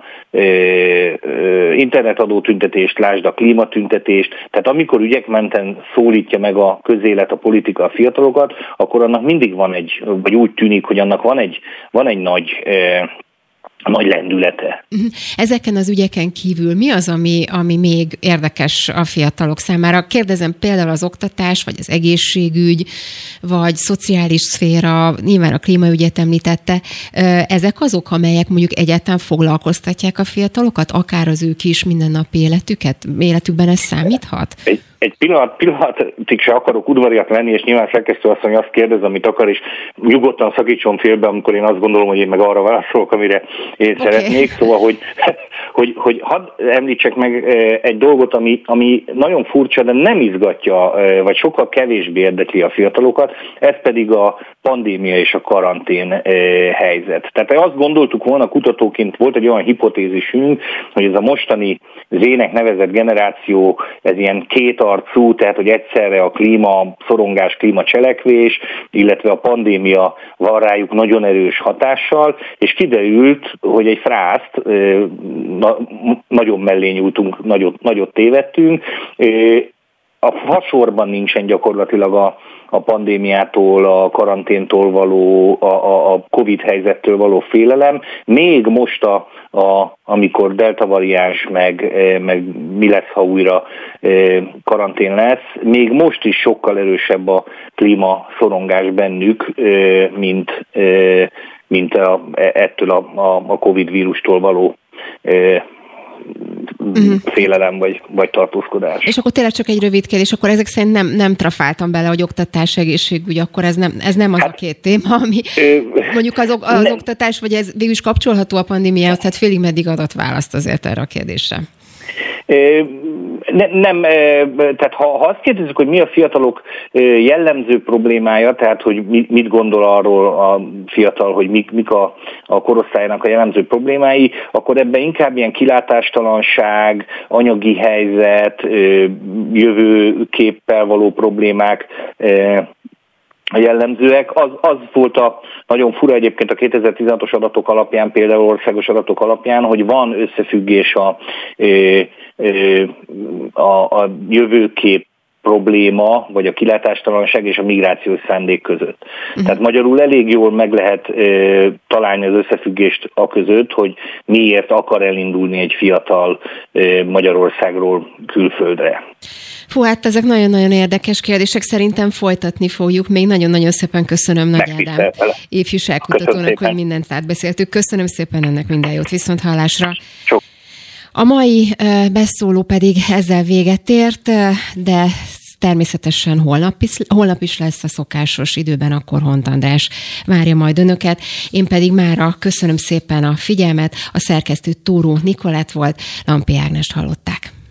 internetadótüntetést, lásd a klímatüntetést, tehát amikor ügyek menten szólítja meg a közélet, a politika a fiatalokat, akkor annak mindig van vagy úgy tűnik, hogy annak van egy nagy nagy lendülete. Ezeken az ügyeken kívül mi az, ami még érdekes a fiatalok számára? Kérdezem például az oktatás, vagy az egészségügy, vagy szociális szféra, nyilván a klímaügyet említette. Ezek azok, amelyek mondjuk egyáltalán foglalkoztatják a fiatalokat, akár az ő kis mindennapi életükben ez számíthat? Egy pillanatig se akarok udvariat lenni, és nyilván szerkesztő asszony azt kérdez, amit akar, és nyugodtan szakítson félbe, amikor én azt gondolom, hogy én meg arra válaszolok, amire én szeretnék. Szóval, hogy hadd említsek meg egy dolgot, ami nagyon furcsa, de nem izgatja, vagy sokkal kevésbé érdekli a fiatalokat, ez pedig a pandémia és a karantén helyzet. Tehát azt gondoltuk volna, kutatóként volt egy olyan hipotézisünk, hogy ez a mostani Z-nek nevezett generáció, ez ilyen kétarcú, tehát hogy egyszerre a klímaszorongás, klímacselekvés, illetve a pandémia van rájuk nagyon erős hatással, és kiderült, hogy egy frászt, nagyon mellé nyúltunk, nagyot tévedtünk. A fasorban nincsen gyakorlatilag a pandémiától, a karanténtól való, a Covid helyzettől való félelem. Még most, amikor delta variáns, meg mi lesz, ha újra karantén lesz, még most is sokkal erősebb a klímaszorongás bennük, mint ettől a Covid vírustól való félelem vagy tartózkodás. És akkor tényleg csak egy rövid kérdés, akkor ezek szerint nem trafáltam bele, hogy oktatás, egészségügy, akkor ez nem az a két téma, ami mondjuk az oktatás, vagy ez végül is kapcsolható a pandémiához, tehát félig meddig adott választ azért erre a kérdésre. Nem, tehát ha azt kérdezzük, hogy mi a fiatalok jellemző problémája, tehát hogy mit gondol arról a fiatal, hogy mik a korosztálynak a jellemző problémái, akkor ebben inkább ilyen kilátástalanság, anyagi helyzet, jövőképpel való problémák a jellemzőek. Az volt nagyon fura egyébként a 2016-os adatok alapján, például országos adatok alapján, hogy van összefüggés a jövőkép probléma, vagy a kilátástalanság és a migrációs szándék között. Tehát magyarul elég jól meg lehet találni az összefüggést a között, hogy miért akar elindulni egy fiatal Magyarországról külföldre. Fú, hát ezek nagyon-nagyon érdekes kérdések, szerintem folytatni fogjuk. Még nagyon-nagyon szépen köszönöm Nagy Ádám ifjúságkutatónak, hogy mindent átbeszéltük. Köszönöm szépen, ennek minden jót, viszonthallásra. A mai beszóló pedig ezzel véget ért, de természetesen holnap is lesz a szokásos időben, akkor Hont András várja majd önöket. Én pedig mára köszönöm szépen a figyelmet, a szerkesztő Tóró Nikolett volt, Lampi Ágnest hallották.